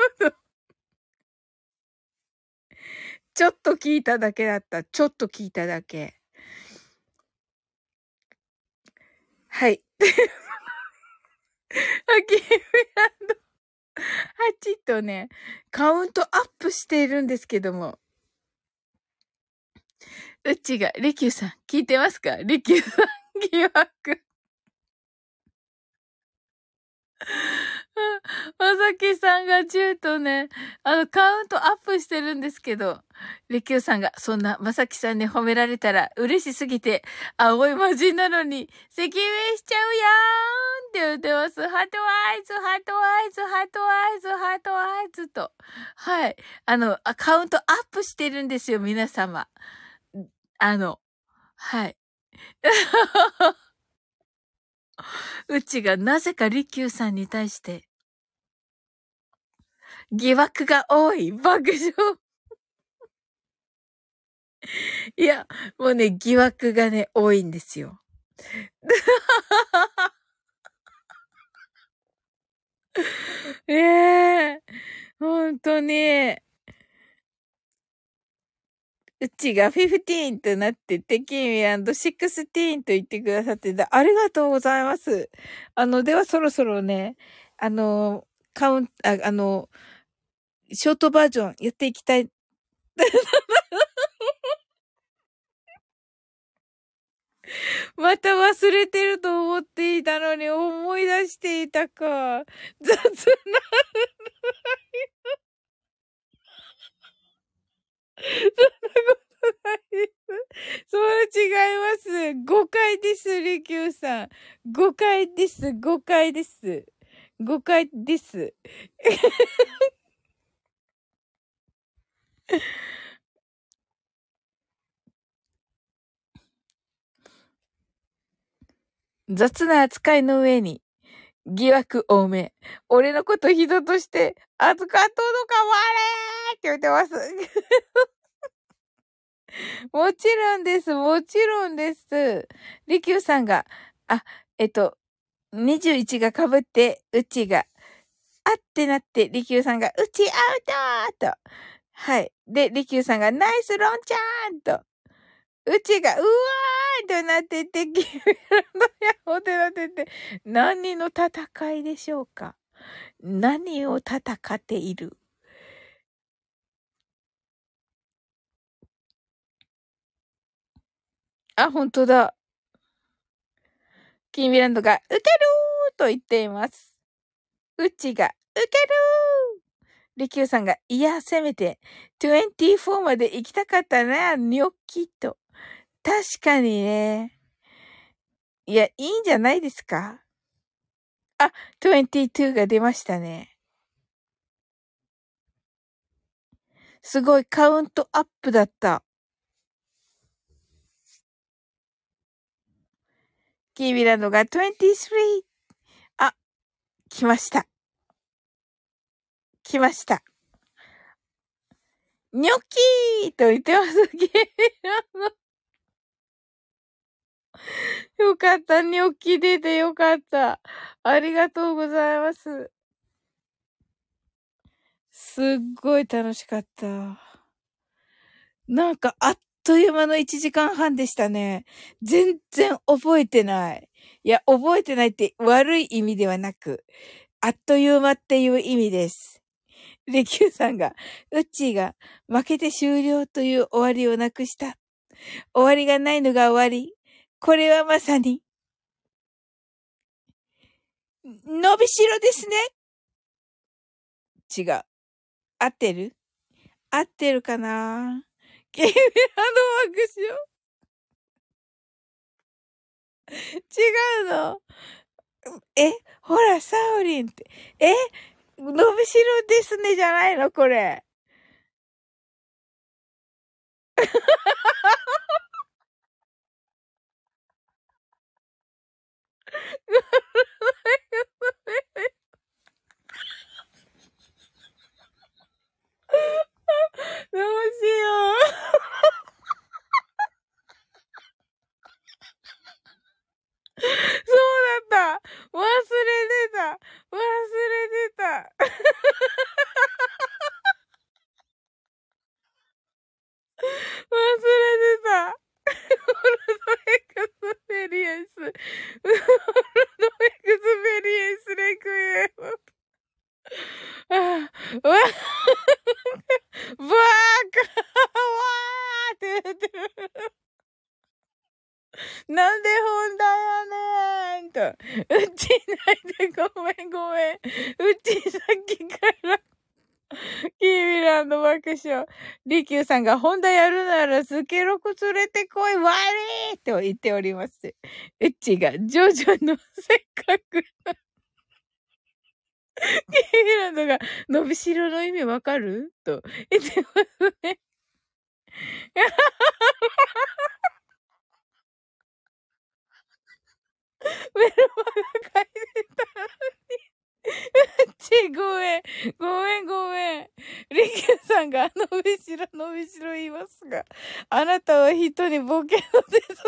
ちょっと聞いただけだった。ちょっと聞いただけ。はい。キーランド8とね、カウントアップしているんですけども。うちが、リキューさん、聞いてますかリキューさん、疑惑。まさきさんが10とね、カウントアップしてるんですけど、りきゅうさんが、そんなまさきさんに褒められたら嬉しすぎて、青い文字なのに、赤面しちゃうやーんっって言ってます。ハートアイズ、ハートアイズ、ハートアイズ、ハートアイズと。はい。カウントアップしてるんですよ、皆様。はい。うちがなぜかリキューさんに対して、疑惑が多い。爆笑。いや、もうね、疑惑がね、多いんですよ。ええほんとに。うちが15となってて、キミ&16と言ってくださってありがとうございます。ではそろそろね、あの、カウント、ショートバージョンやっていきたい。また忘れてると思っていたのに思い出していたか。雑な。そんなことないです。そう違います。誤解です、リキューさん。誤解です、誤解です。誤解です。雑な扱いの上に、疑惑多め。俺のこと人として扱っとるかわれーって言ってます。もちろんです。もちろんです。りきゅうさんが、あ、21が被って、うちが、あってなって、りきゅうさんが、うちアウトーと。はい。で、りきゅうさんが、ナイスロンちゃんと。うちが、うわーとなってて、キミラのヤホーってなってて、何の戦いでしょうか？何を戦っている？あ、本当だ。キーミランドが、ウケるーと言っています。うちが、ウケるーリキューさんが、いや、せめて、24まで行きたかったな、ニョッキと。確かにね。いや、いいんじゃないですか？あ、22が出ましたね。すごい、カウントアップだった。キーミランドが23。あ、来ました。来ました。ニョッキーと言ってます。キーミランド。よかった。ニョッキ出てよかった。ありがとうございます。すっごい楽しかった。なんかあっという間の1時間半でしたね。全然覚えてない。いや、覚えてないって悪い意味ではなく、あっという間っていう意味です。レキューさんが、ウッチーが負けて終了という終わりをなくした。終わりがないのが終わり。これはまさに、伸びしろですね。違う。合ってる？合ってるかな？ゲームの爆笑。違うの？え、ほら、サオリンって。伸びしろですねじゃないのこれ。どうしよう。そうだった。忘れてた。忘れてた。忘れてた。フルドエクスペリエンス。フルドエクスペリエンスレクイエム。ああ、わ、バーカわーって言ってる。なんで本題やねんと。うちないでごめんごめん。うちさっきから、キーミランド爆笑。リキューさんが、ホンダやるならスケロク連れてこい、悪いと言っております。うっちが、ジョジョのせっかくの、キーミランドが、伸びしろの意味わかると言ってますね。メルマが書いてたのに。ごめん。ごめん、ごめん。リキューさんが伸びしろ、伸びしろ言いますが、あなたは人にボケの手伝い。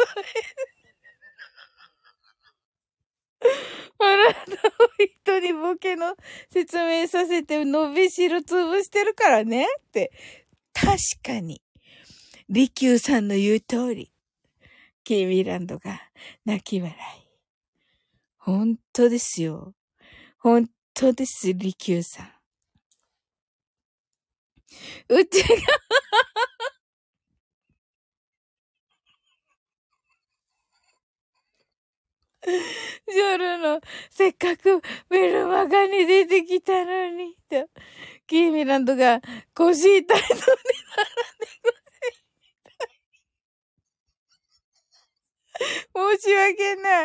あなたは人にボケの説明させて伸びしろ潰してるからねって。確かに、リキューさんの言う通り、キーミランドが泣き笑い。本当ですよ。本当です、リキューさん。うちがジョルの、せっかくメルマガに出てきたのに、と、キーミランドが腰痛いのにならね申し訳ない。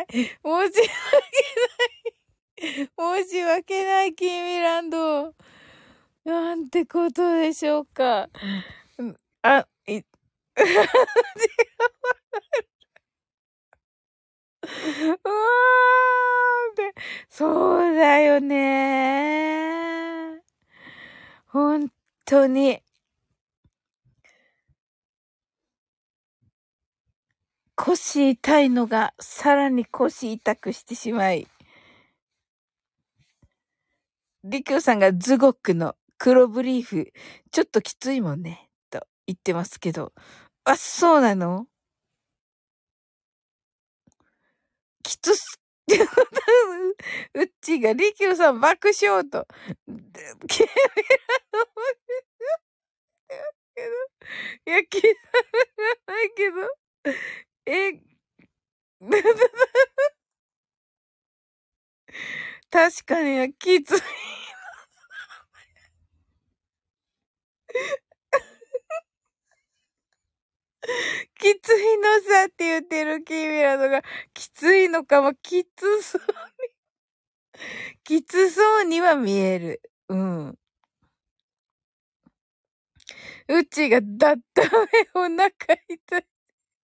申し訳ない、キーミランド。なんてことでしょうか。あ、うわーって、そうだよね。本当に。腰痛いのが、さらに腰痛くしてしまい。リキョウさんがズゴックの黒ブリーフ、ちょっときついもんね、と言ってますけど。あ、そうなの？きつす、うっちがリキョウさん爆笑と。キメラの爆笑けど。いや、聞いたないけど。え、確かにきつい。きついのさって言ってるキーミラのが、きついのかも、きつそうには見える。うん。うちがだっためお腹痛い。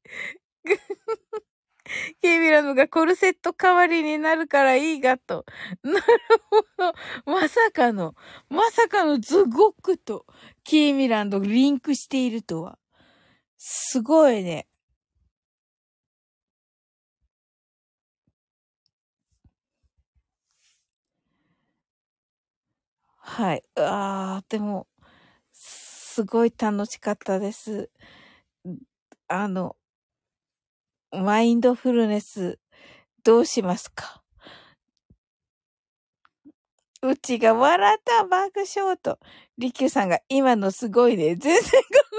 キーミラのがコルセット代わりになるからいいがと。なるほど。まさかのズゴックとキーミランドリンクしているとは。すごいね。はい。でも、すごい楽しかったです。あの、マインドフルネス、どうしますか？うちが笑った爆笑と、リキューさんが今のすごいね。全然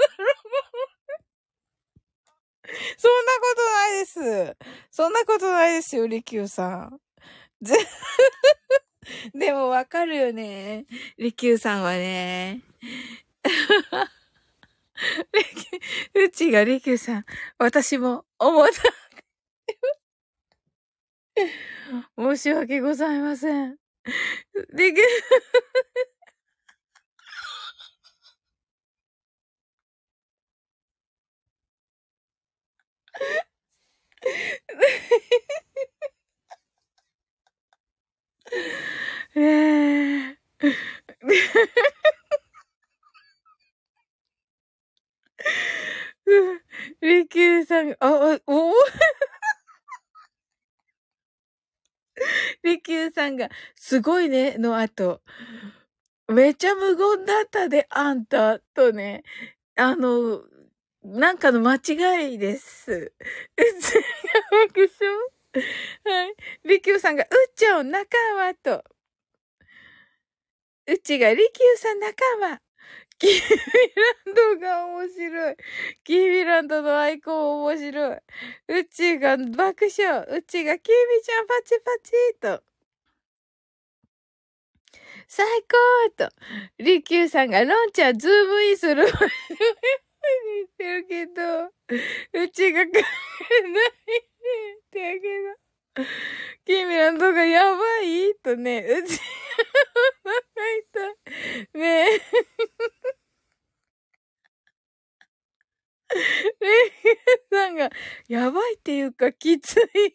そんなことないです。そんなことないですよ、リキューさん。ぜでもわかるよね。リキューさんはね。うちがリキューさん、私も思った。申し訳ございません。リキュー、ねえ。リキューさんが、リキューさんが、すごいね、の後、めちゃ無言だったで、あんた、とね、あの、なんかの間違いです。爆笑。はい。リキューさんが、うっちゃん仲間と、うちがリキューさん仲間。キーミランドが面白い。キーミランドのアイコン面白い。うちが爆笑。うちがキーミちゃんパチパチと。 最高と。りきゅうさんが、ロンちゃんズームインする。言ってるけど、うちが買えないって言ってるけど、キミランドがやばいとね、うちがいた。ねえ、レイさんが、やばいっていうか、きつい。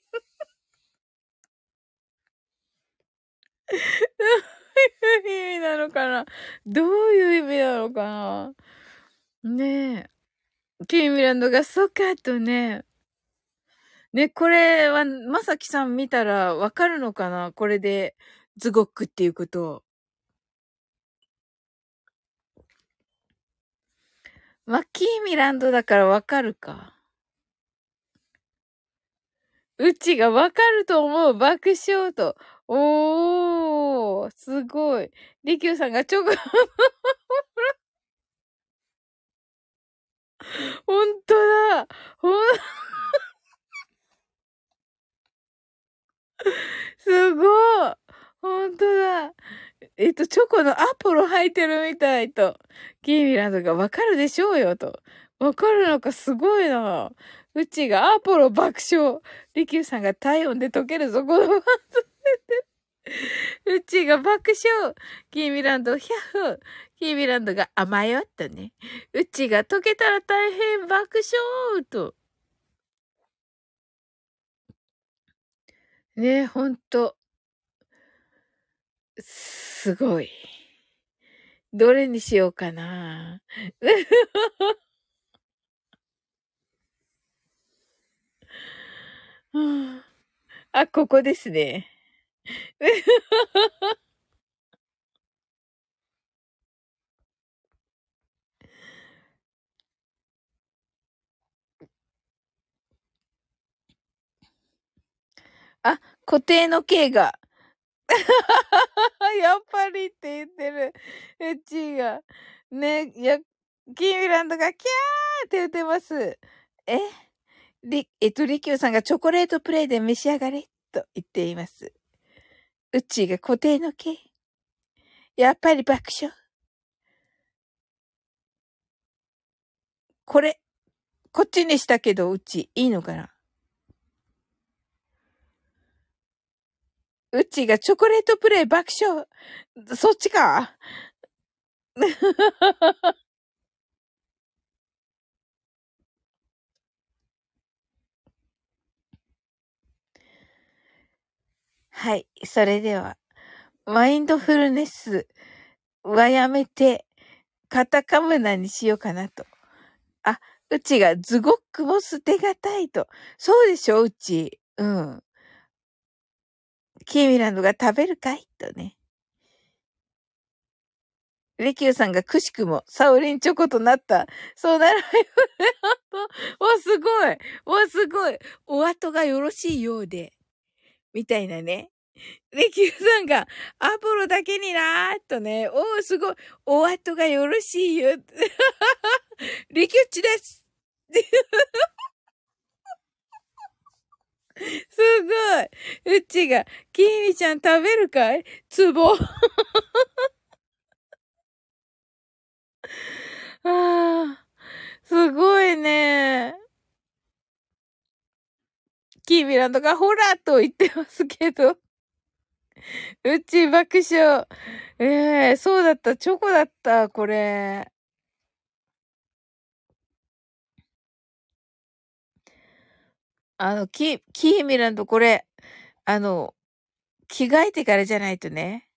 どういう意味なのかな、どういう意味なのかな、ねえ。キーミランドがソカとね。ね、これは、まさきさん見たらわかるのかな、これで、ズゴックっていうことを。まあ、キーミランドだからわかるか。うちがわかると思う。爆笑と。おー、すごい。リキューさんがほんとだ。すごい。ほんとだ。チョコのアポロ履いてるみたいと。キーミランドがわかるでしょうよと。わかるのかすごいな。うちがアポロ爆笑。リキューさんが体温で溶けるぞ、このまま。うちが爆笑。キーミランド、ヒャッフ。キーミランドが甘よっとね。うちが溶けたら大変爆笑と。ね、ほんと。すごい。どれにしようかな。あ、ここですね。あ、固定の K が。やっぱりって言ってる。うちが。ね、キーミランドがキャーって言ってます。えリキューさんがチョコレートプレイで召し上がれと言っています。うちが固定の K。やっぱり爆笑。これ、こっちにしたけど、うち、いいのかな、うちがチョコレートプレイ爆笑。そっちか。はい。それでは、マインドフルネスはやめて、カタカムナにしようかなと。あ、うちがズゴックも捨てがたいと。そうでしょ、うち。うん。キーミランドが食べるかいとね。リキューさんがくしくもサオリンチョコとなった。そうならないよね。わ、すごい。わ、すごい。お後がよろしいようで。みたいなね。リキューさんが、アポロだけになーっとね。おー、すごい。お後がよろしいよ。リキュッチです。すごい。うちが、キミちゃん食べるかいツボ。ああ、すごいね。キーミランドがホラーと言ってますけど。うち爆笑。そうだった。チョコだった、これ。キーミランドこれ、あの、着替えてからじゃないとね。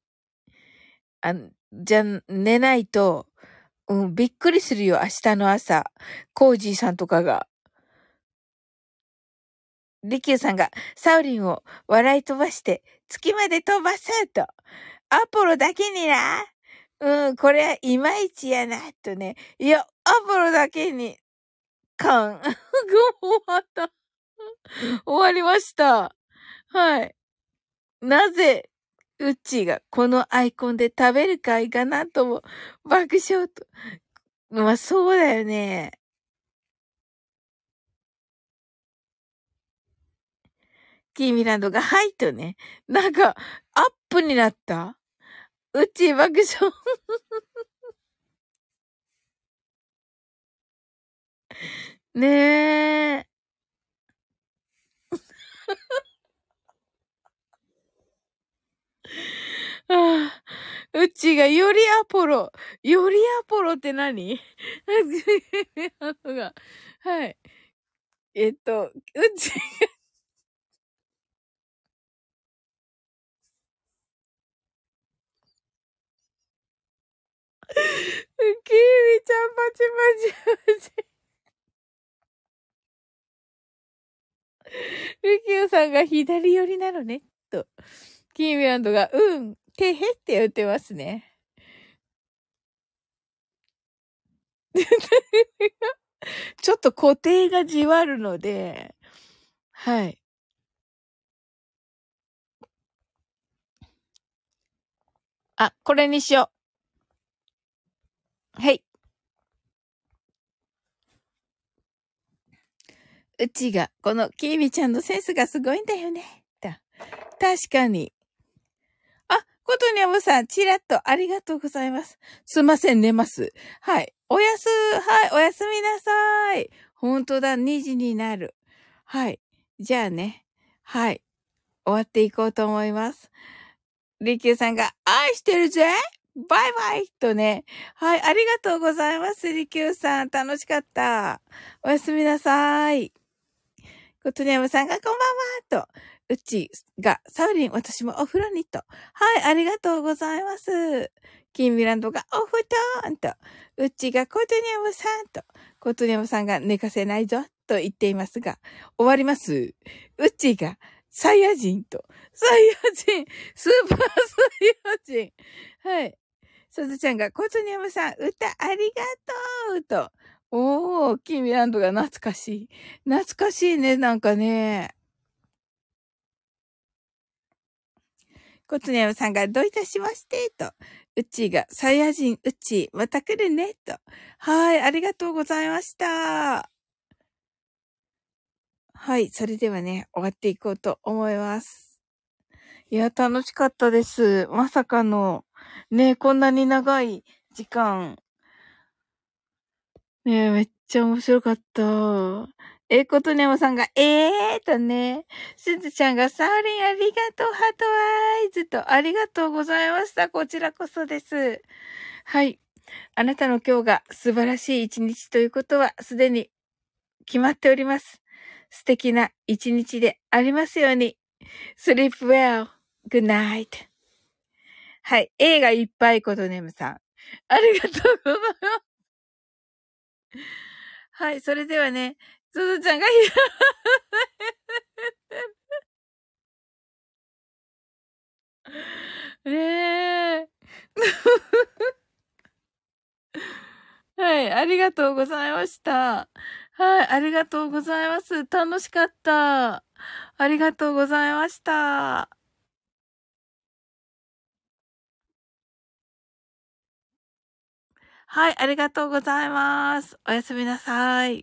じゃ、寝ないと、びっくりするよ、明日の朝。コージーさんとかが。リキューさんが、サウリンを笑い飛ばして、月まで飛ばすと。アポロだけにな。これはいまいちやな、とね。いや、アポロだけに、終わった。終わりました。はい。なぜ、ウッチーがこのアイコンで食べるかいかなとも爆笑と。まあ、そうだよね。キーミランドが、はいとね。なんか、アップになったうち爆笑。ねえ。ああ、うちがよりアポロ。よりアポロって何あのが、はい。うち、キーミちゃんパチパチパチ。ルキオさんが左寄りなのね、と。キーミランドが、うん、てへって言ってますね。ちょっと固定がじわるので、はい。あ、これにしよう。はい。うちが、このキーミちゃんのセンスがすごいんだよね。と。確かに。あ、ことにゃむさん、ちらっとありがとうございます。すいません、寝ます。はい。はい、おやすみなさい。ほんとだ、2時になる。はい。じゃあね。はい。終わっていこうと思います。りきゅうさんが、愛してるぜバイバイとね。はい、ありがとうございます、りきゅうさん。楽しかった。おやすみなさい。ことにゃむさんがこんばんはと。うちが、サウリン、私もお風呂にと。はい、ありがとうございます。キンミランドがお布団と。うちがことにゃむさんと。ことにゃむさんが寝かせないぞと言っていますが、終わります。うちが、サイヤ人と。サイヤ人、スーパーサイヤ人。はい。すずちゃんが、ことにゃむさん、歌ありがとうと。おー、キーミランドが懐かしい。懐かしいね、なんかね。コツネムさんが、どういたしまして、と。うちが、サイヤ人、うち、また来るね、と。はい、ありがとうございました。はい、それではね、終わっていこうと思います。いや、楽しかったです。まさかの、ね、こんなに長い時間、ねえ、めっちゃ面白かった。ことねもさんが、とね。すずちゃんが、サーリンありがとう、ハートアイズと、ありがとうございました。こちらこそです。はい。あなたの今日が素晴らしい一日ということは、すでに決まっております。素敵な一日でありますように。sleep well. good night. はい。映画いっぱいことねむさん。ありがとうございます。はい。それではね、すずちゃんがねえ。はい、ありがとうございました。はい、ありがとうございます。楽しかった。ありがとうございました。はい、ありがとうございます。おやすみなさい。